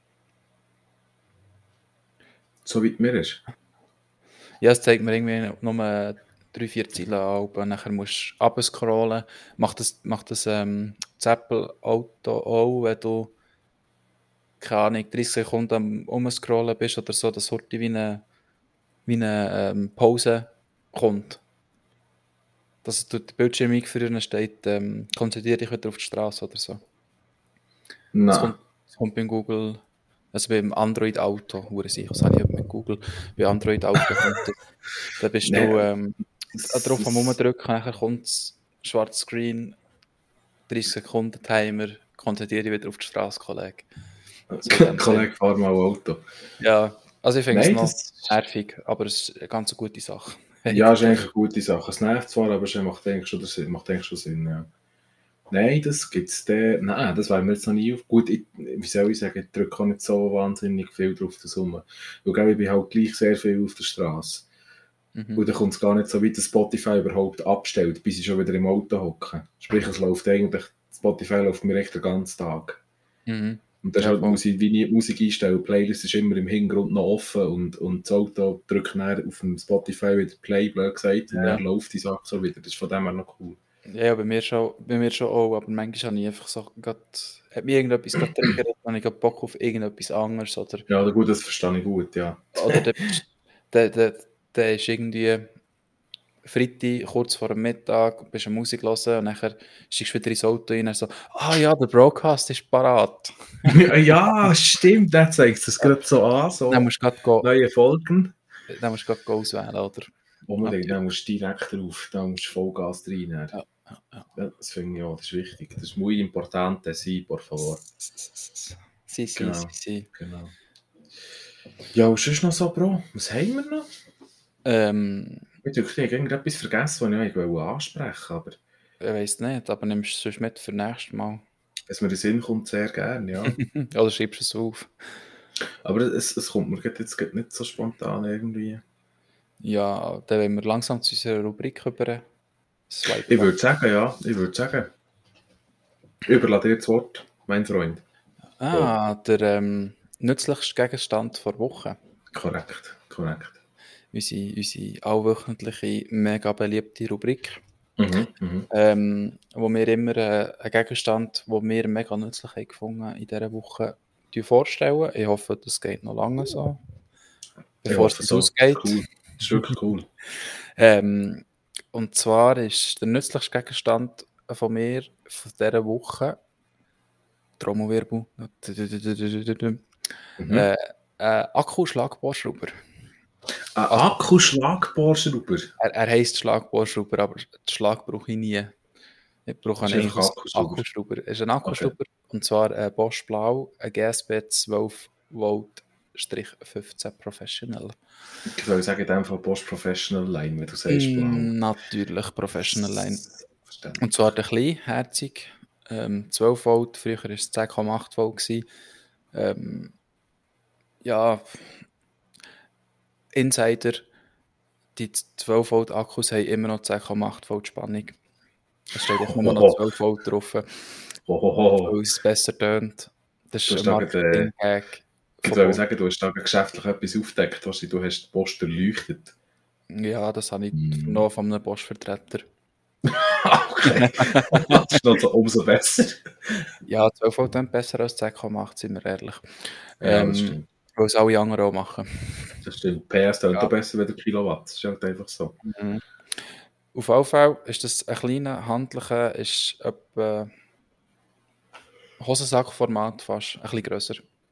So wie es mir ist. Ja, es zeigt mir irgendwie nur 3-4 Zeilen an, und nachher musst du runterscrollen. Macht das das Apple Auto auch, wenn du keine Ahnung, 30 Sekunden am Umscrollen bist oder so, dass heute wie eine Pause kommt. Dass du den Bildschirm eingeführt steht, konzentriere dich wieder auf die Straße oder so. Das Nein. kommt beim Google, also beim Android Auto, wo ich sicher sage, ich mit Google, bei Android Auto kommt das. Da bist du drauf am Rumdrücken, nachher kommt das schwarze Screen, 30 Sekunden Timer, konzentriere dich wieder auf die Straße, Kollege. Kollege, fahr mal Auto. Ja, also ich finde es Nein, noch das- nervig, aber es ist eine ganz gute Sache. Ja, ist eigentlich eine gute Sache. Es nervt zwar, aber es macht eigentlich schon Sinn. Ja. Nein, das gibt es dann. Nein, das wäre mir jetzt noch nie auf. Gut, wie soll ich sagen, ich drücke auch nicht so wahnsinnig viel drauf das rum. Weil ich bin halt gleich sehr viel auf der Straße. Mhm. Und dann kommt es gar nicht so weit, dass Spotify überhaupt abstellt, bis ich schon wieder im Auto hocke. Sprich, es läuft eigentlich, Spotify läuft mir echt den ganzen Tag. Mhm. Und das Ja, ist halt, voll. muss ich wie nie die Musik einstellen. Die Playlist ist immer im Hintergrund noch offen und das Auto drückt dann auf dem Spotify wieder Play, blöd gesagt, und Ja. dann läuft die Sache so wieder. Das ist von dem her noch cool. Ja, bei mir schon auch, aber manchmal habe ich einfach so, hat mich irgendetwas getriggert, dann habe ich grad Bock auf irgendetwas anderes, oder Ja, gut, das verstehe ich gut, ja. der ist irgendwie Freitag, kurz vor dem Mittag, bist du Musik hören und nachher steigst du wieder ins Auto rein und so, ja, der Broadcast ist parat. Ja, stimmt, der zeigt es gerade so an, so Dann musst du gerade neue Folgen. auswählen, oder? Unbedingt, dann musst du direkt drauf, dann musst du Vollgas rein. Ja. Ja, das finde ich auch, das ist wichtig. Das ist muy importante, sí, por favor. Sie. Genau. Ja, und sonst noch so, Bro, was haben wir noch? Ich habe irgendetwas vergessen, was ich eigentlich ansprechen wollte, aber Ich weiss nicht, aber nimmst du es sonst mit für nächstes Mal. wenn mir in den Sinn kommt, sehr gerne, ja. Oder schreibst du es auf? Aber es kommt mir jetzt gerade nicht so spontan irgendwie. Ja, dann wollen wir langsam zu unserer Rubrik über swipen. Ich würde sagen, ja, Ich überlasse dir das Wort, mein Freund. Der nützlichste Gegenstand der Woche. Korrekt. Unsere allwöchentliche, mega beliebte Rubrik. Mhm. Wo wir immer einen Gegenstand, den wir mega nützlich haben gefunden in dieser Woche, vorstellen. Ich hoffe, das geht noch lange so. Bevor es ausgeht. Cool. Das ist wirklich cool. Und zwar ist der nützlichste Gegenstand von mir von dieser Woche Trommelwirbel. Akkuschlagbohrschrauber. Ein Akkuschlagbohrschrauber? Er heisst Schlagbohrschrauber, aber den Schlag brauche ich nie. Ich brauche Ist einen einfach Akkuschrauber. Es ist ein Akkuschrauber, und zwar ein Bosch Blau, ein GSB 12 Volt 15 Professional. Ich soll sagen, in dem Fall Bosch Professional Line, wenn du sagst Blau. Natürlich Professional Line. Verständlich. Und zwar der klein, herzig. 12 Volt, früher war es 10,8 Volt gewesen. Ja, Insider, die 12 Volt Akkus haben immer noch 10,8 Volt Spannung. Es steht auch immer noch 12 Volt drauf, weil es besser tönt. Das ist ein Marketing-Hack. Ich würde sagen, du hast da geschäftlich etwas aufgedeckt, was du hast den Bosch erleuchtet. Ja, das habe ich noch von einem Bosch-Vertreter. okay. Das ist noch so umso besser. Ja, 12 Volt besser als 10,8, sind wir ehrlich. Ja, das stimmt. Weil es alle anderen auch machen. Das stimmt. PS tönt Ja. auch besser wie der Kilowatt. Das ist halt einfach so. Mhm. Auf jeden Fall ist das ein kleiner, handlicher, ist etwa Hosensackformat fast, ein bisschen grösser.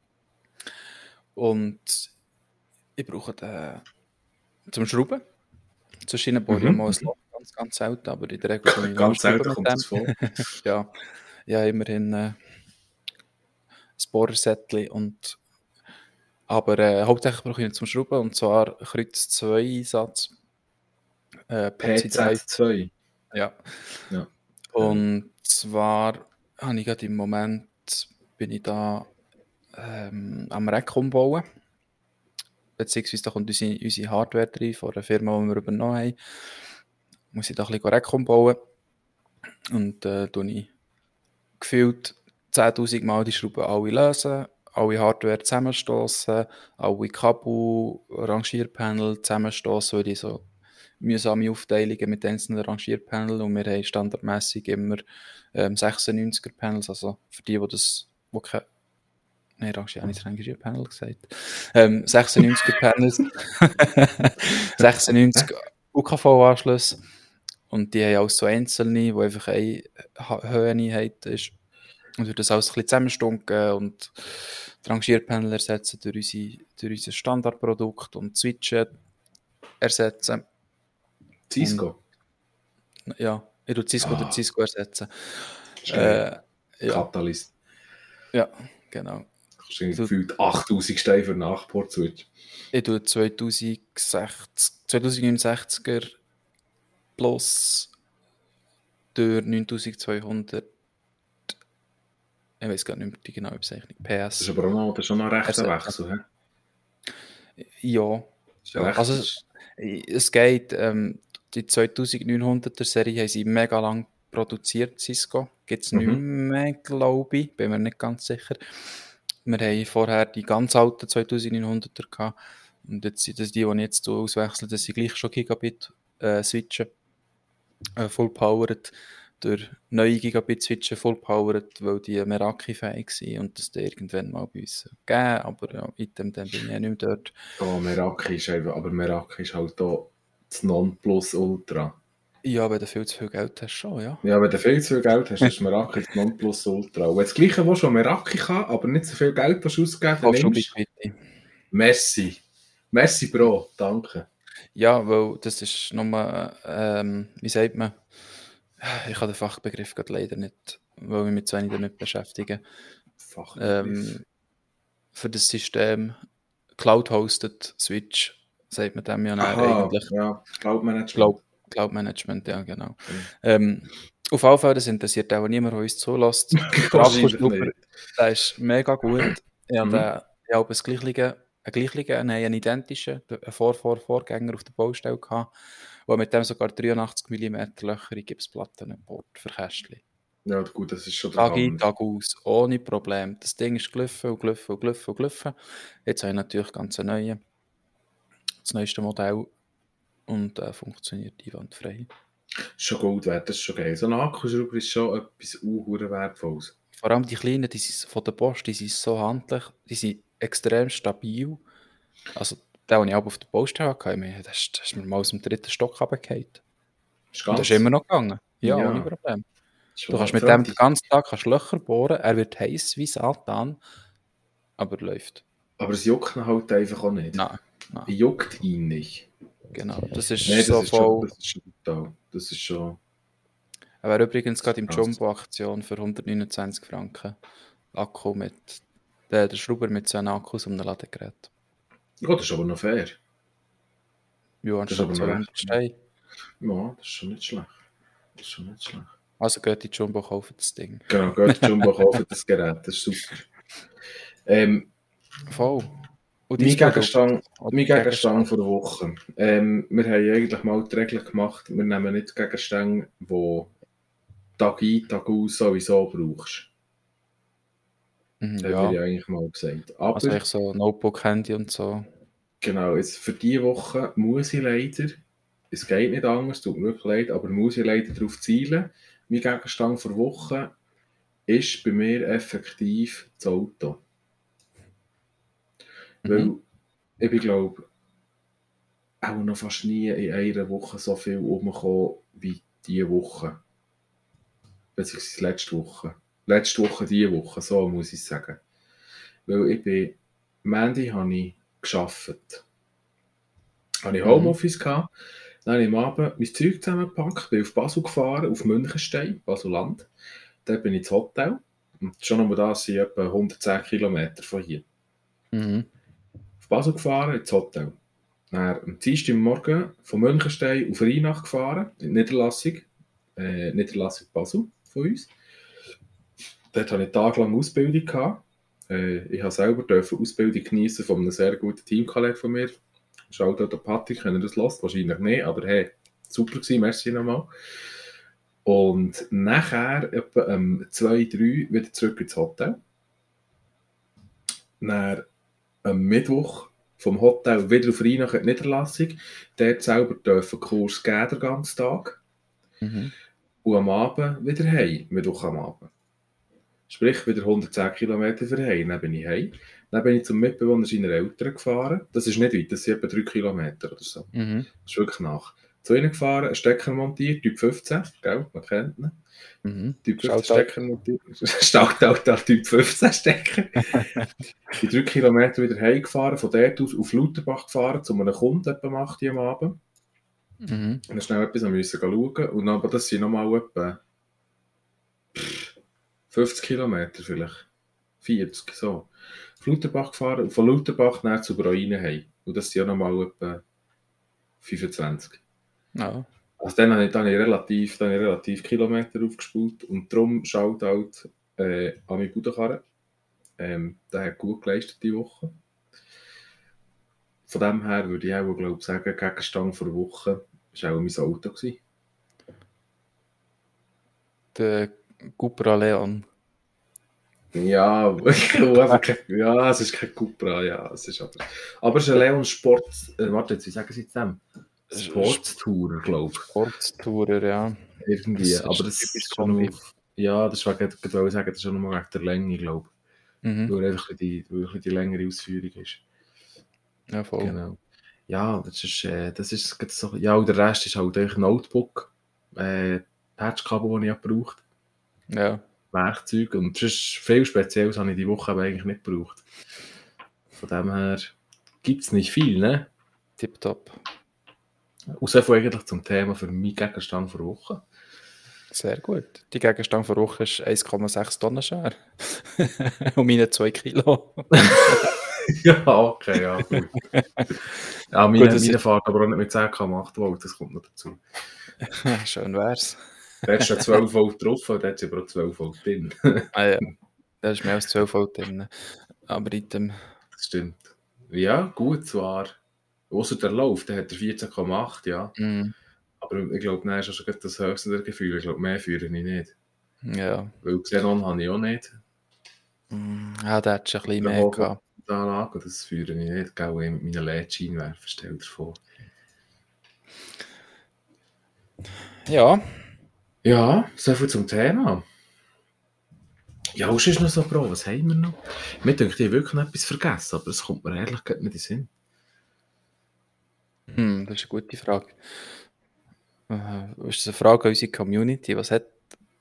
Und ich brauche den zum Schrauben. Zur Schiene bohre ich mal ein Loch, ganz, ganz selten, aber in der Regel tue ich nur Ganz schrauben selten kommt das vor. Ja, ja, immerhin ein Bohrersättchen und aber hauptsächlich brauche ich ihn zum Schrauben, und zwar Kreuz 2 Einsatz. Pozi 3. PZ2. Ja. Ja. Und zwar habe ich gerade im Moment, bin ich da am Rack umbauen. Beziehungsweise da kommt unsere Hardware rein von der Firma, die wir übernommen haben. Muss ich da ein bisschen Rack umbauen. Und tue ich gefühlt 10'000 Mal die Schrauben alle lösen, alle Hardware zusammenstoßen, alle Kabel, Rangierpanel zusammenstoßen, weil die so mühsame Aufteilungen mit einzelnen Rangierpanel, und wir haben standardmäßig immer 96er Panels, also für die das, wo keine, nein, Rangierpanel gesagt, 96er Panels, 96 UKV-Anschlüsse, und die haben auch so einzelne, wo einfach eine Höheneinheit ist. Und wir das alles ein bisschen zusammenstunken und die Rangierpanel ersetzen durch unser Standardprodukt und Switchen ersetzen. Cisco? Ja, ich tue Cisco durch Cisco ersetzen. Ja. Catalyst. Ja, genau. Du hast gefühlt 8000 Steine für Nachport-Switch. Ich tue 2069er plus durch 9200. Ich weiß gar nicht mehr die genaue Bezeichnung. PS. Das ist aber auch noch, schon ein rechter Wechsel. Ja. Also es geht, die 2900er Serie haben sie mega lang produziert, Cisco. Gibt es nicht mehr, glaube ich. Bin mir nicht ganz sicher. Wir haben vorher die ganz alten 2900er gehabt. Und jetzt sind das die ich jetzt auswechseln, dass sie gleich schon Gigabit switchen. Full-powered. Durch neue Gigabit-Switchen full-powered, weil die Meraki-fähig sind und das irgendwann mal bei uns geben. Aber ja, dann bin ich ja nicht mehr dort. Oh, Meraki ist einfach, aber Meraki ist halt auch das Nonplusultra. Ja, wenn du viel zu viel Geld hast, schon, ja. Ja, wenn du viel zu viel Geld hast, ist Meraki das Nonplusultra. Und wenn das Gleiche, was schon Meraki kann, aber nicht so viel Geld ausgeben, dann nimmst du. Merci. Merci, Bro. Danke. Ja, weil das ist nochmal, wie sagt man, ich kann den Fachbegriff gerade leider nicht, weil wir mich zu wenig damit beschäftigen. Für das System Cloud-Hosted Switch sagt man dem ja eigentlich. Ja, Cloud-Management. Cloud-Management, ja, genau. Auf jeden Fall, das interessiert auch niemand, der uns zulässt. Der Akkuschrauber, der ist mega gut. Ich habe einen identischen, einen Vorgänger auf der Baustelle gehabt, der mit dem sogar 83 mm Löcher in Gipsplatten bohrt für Kästchen. Ja, gut, das ist schon Tag ein, Tag aus, ohne Problem. Das Ding ist gelaufen. Jetzt habe ich natürlich ganz neue, das neueste Modell, und funktioniert einwandfrei. Schon Gold wert, das ist schon geil. So ein Akkuschrauber ist schon etwas wertvolles. Vor allem die kleinen, die sind von der Post, die sind so handlich, die sind extrem stabil. Also der, den ich auch auf der Baustelle hatte, das ist mir mal aus dem 3. Stock runtergefallen. Das ist immer noch gegangen. Ja, ohne Problem. Du kannst mit dem den ganzen Tag Löcher bohren, er wird heiß wie Satan, aber läuft. Aber es juckt ihn halt einfach auch nicht. Nein. Juckt ihn nicht. Genau, das ist voll... Das ist schon brutal. Das ist schon... Er wäre übrigens gerade im Jumbo-Aktion für 129 Franken. Akku mit... Der Schrauber mit so einem Akku aus einem Ladegerät. Ja, das ist aber noch fair. Ja, anstatt 200 Steine. Ja, das ist schon nicht schlecht. Also geht die Jumbo kaufen das Ding. Genau, geht die Jumbo kaufen das Gerät. Das ist super. Voll. Mein Gegenstand vor der Woche. Wir haben eigentlich mal die Regel gemacht, wir nehmen nicht Gegenstände, die Tag ein, Tag aus sowieso brauchst. Das habe ich eigentlich mal gesagt. Aber, also ich so Notebook, Handy und so. Genau, jetzt für diese Woche muss ich leider, es geht nicht anders, tut mir wirklich leid, aber muss ich leider darauf zielen, mein Gegenstand vor Woche ist bei mir effektiv das Auto. Weil ich bin, glaube auch noch fast nie in einer Woche so viel rumgekommen wie diese Woche. Beziehungsweise letzte Woche. Letzte Woche, diese Woche, so muss ich sagen. Weil ich bin, Mandy habe ich gearbeitet. Habe ich Homeoffice gehabt. Dann habe ich am Abend mein Zeug zusammengepackt, bin auf Basel gefahren, auf Münchenstein, Basel-Land. Dann bin ich ins Hotel. Und schon einmal da sind etwa 110 Kilometer von hier. Auf Basel gefahren, ins Hotel. Dann am Dienstagmorgen von Münchenstein auf Rheinach gefahren, in die Niederlassung. Niederlassung Basel von uns. Dort hatte ich tagelang Ausbildung gehabt. Ich durfte selber Ausbildung geniessen von einem sehr guten Teamkollegen von mir. Schaut auch der Patrick, wenn er das hört, wahrscheinlich nicht, aber hey, super gewesen, merci nochmal. Und nachher, etwa 2-3, wieder zurück ins Hotel. Dann am Mittwoch vom Hotel wieder auf Rheinach in die Niederlassung. Dort selber dürfen Kurs geben den ganzen Tag. Und am Abend wieder heim, Mittwoch am Abend. Sprich, wieder 110 Kilometer für heim, dann bin ich heim. Dann bin ich zum Mitbewohner seiner Eltern gefahren. Das ist nicht weit, das sind etwa 3 Kilometer oder so. Das ist wirklich nach. Zu ihnen gefahren, einen Stecker montiert, Typ 15, gell, man kennt ihn. Typ 15 Stecker montiert. Shoutout an Typ 15 Stecker. Die 3 Kilometer wieder heimgefahren, von dort aus auf Lauterbach gefahren, zu einem Kunden etwa um 8 Uhr am Abend. Und dann schnell etwas müssen schauen. Und aber das sind nochmal etwa 50 Kilometer vielleicht. 40, so. Auf Lauterbach gefahren und von Lauterbach nach zu Braine heim. Und das sind ja nochmal etwa 25. Ja. Also dann habe ich relativ Kilometer aufgespult und darum schaut halt an meinen Budenkarren. Der hat gut geleistet die Woche. Von dem her würde ich auch, glaube ich, sagen, Gegenstand vor Woche war auch mein Auto gewesen. Der Cupra Leon. Ja, ja, es ist kein Cupra, ja, es ist aber es ist ein Leon Sport, warte jetzt, wie sagen sie jetzt dem? Sportstourer, glaube ich. Sportstourer, ja. Irgendwie, das aber das ist schon noch, ja, das war, ich wollte sagen, das ist schon noch mal wegen der Länge, glaube ich. Weil einfach die längere Ausführung ist. Ja, voll. Genau. Ja, das ist so, ja, und der Rest ist halt eigentlich Notebook, Patchkabel, die ich gebraucht habe. Ja. Werkzeug und das ist viel Spezielles, habe ich die Woche aber eigentlich nicht gebraucht. Von dem her gibt es nicht viel, ne? Tipptopp. Und so viel eigentlich zum Thema für meinen Gegenstand vor Woche. Sehr gut. Die Gegenstand vor Woche ist 1,6 Tonnen schwer. Und meine 2 Kilo. Ja, okay, ja, gut. Ja, meine fährt aber auch nicht mit 10,8 Volt, das kommt noch dazu. Schön wär's. Da ist schon 12 Volt drauf, und da hat es aber auch 12 Volt drin. Ja, da ist mehr als 12 Volt drin. Aber item. Das stimmt. Ja, gut, zwar. Ausser der Lauf, der hat er 14,8, ja. Aber ich glaube, nein, ist schon das höchste der Gefühle. Ich glaube, mehr führe ich nicht. Ja. Weil Xenon habe ich auch nicht. Ja, der hat schon ein bisschen mehr gehabt. Anlage, das führe ich nicht. Gell, mit meinen LED-Scheinwerfer, stell dir vor. Ja. Ja, soviel zum Thema. Ja, was ist noch so, Bro? Was haben wir noch? Mir denke, ich habe wirklich noch etwas vergessen, aber es kommt mir ehrlich gesagt nicht in den Sinn. Das ist eine gute Frage. Das ist eine Frage an unsere Community. Was hat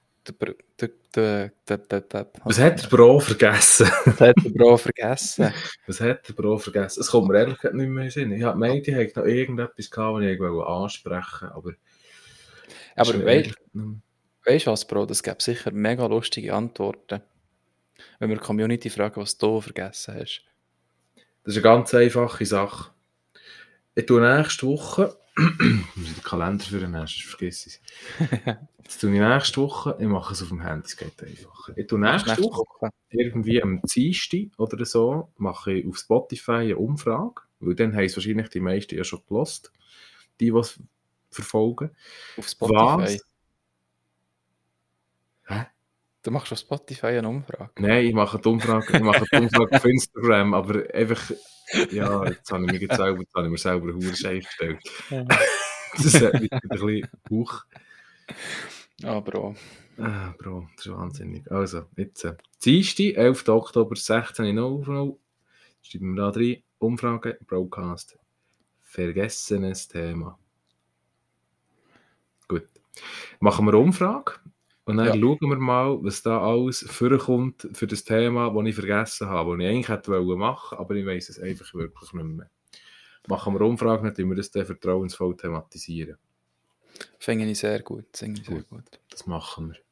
was hat der Bro vergessen? Was hat der Bro vergessen? Was hat der Bro vergessen? Es kommt mir ehrlich gesagt nicht mehr in den Sinn. Ich habe gemeint, ich hätte noch irgendetwas gehabt, das ich ansprechen wollte, aber weißt du was, Bro? Das gibt sicher mega lustige Antworten. Wenn wir die Community fragen, was du vergessen hast. Das ist eine ganz einfache Sache. Ich tue nächste Woche, ich muss den Kalender für den nächsten, vergiss es. Jetzt tue ich nächste Woche, ich mache es auf dem Handy, es geht einfach. Ich tue nächste Woche, irgendwie am Dienstag oder so, mache ich auf Spotify eine Umfrage, weil dann haben es wahrscheinlich die meisten ja schon gelost, die was verfolgen. Auf Spotify? Hä? Du machst auf Spotify eine Umfrage? Nein, ich mache die Umfrage auf Instagram, aber einfach, ja, jetzt habe ich mir selber einen Hurenscheich gestellt. Das hat mich ein bisschen hoch. Ah, Bro. Bro, das ist wahnsinnig. Also, jetzt. Dienstag, 11. Oktober, 16.00. Schreiben wir da rein. Umfrage, Broadcast. Vergessenes Thema. Gut. Machen wir eine Umfrage. Und dann Ja. schauen wir mal, was da alles vorkommt für das Thema, das ich vergessen habe, das ich eigentlich hätte machen wollen, aber ich weiss es einfach wirklich nicht mehr. Machen wir eine Umfrage, dann tun wir das dann vertrauensvoll thematisieren. Finde ich sehr gut. Finde ich sehr gut. Das machen wir.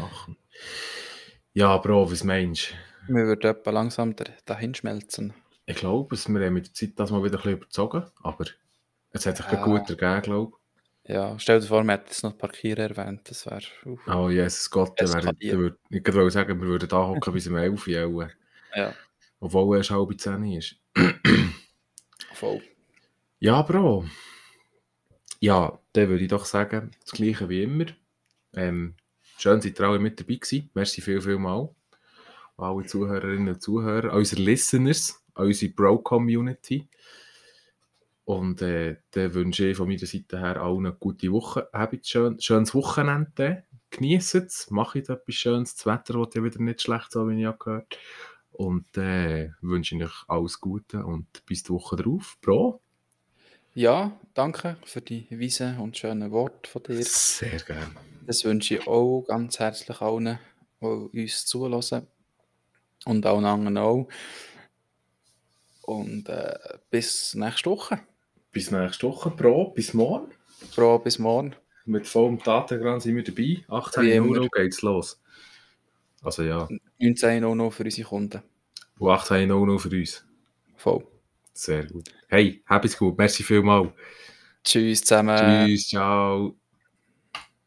Ja, Bro, was meinst du? Wir würden etwa langsam dahin schmelzen. Ich glaube, wir haben mit der Zeit das mal wieder ein bisschen überzogen, aber es hat sich gut ergeben, glaube ich. Ja, stell dir vor, wir hätten jetzt noch Parkieren erwähnt, das wäre... Oh, Jesus Gott, ich würde sagen, wir würden da hocken bis um 11 Uhr. Ja. Obwohl es 9:30 ist. Voll. Ja, Bro. Ja, dann würde ich doch sagen, das Gleiche wie immer. Schön, seid ihr alle mit dabei gewesen. Merci viel mal. Alle Zuhörerinnen und Zuhörer, unsere Listeners, unsere Bro-Community. Und dann wünsche ich von meiner Seite her allen eine gute Woche. Habt schönes Wochenende. Genießt es. Macht etwas Schönes. Das Wetter wird ja wieder nicht schlecht, so wie ich gehört. Und wünsche ich euch alles Gute und bis die Woche drauf. Bro. Ja, danke für die weisen und schönen Worte von dir. Sehr gerne. Das wünsche ich auch ganz herzlich allen, die uns zuhören. Und allen anderen auch. Und bis nächste Woche. Bis nächste Woche, Bro. Bis morgen. Bro, bis morgen. Mit vollem Tatengram sind wir dabei. 18.00 geht's los. Also ja. 19.00 für unsere Kunden. Und 18.00 für uns. Voll. Sehr gut. Hey, habt's gut. Merci vielmals. Tschüss zusammen. Tschüss, ciao.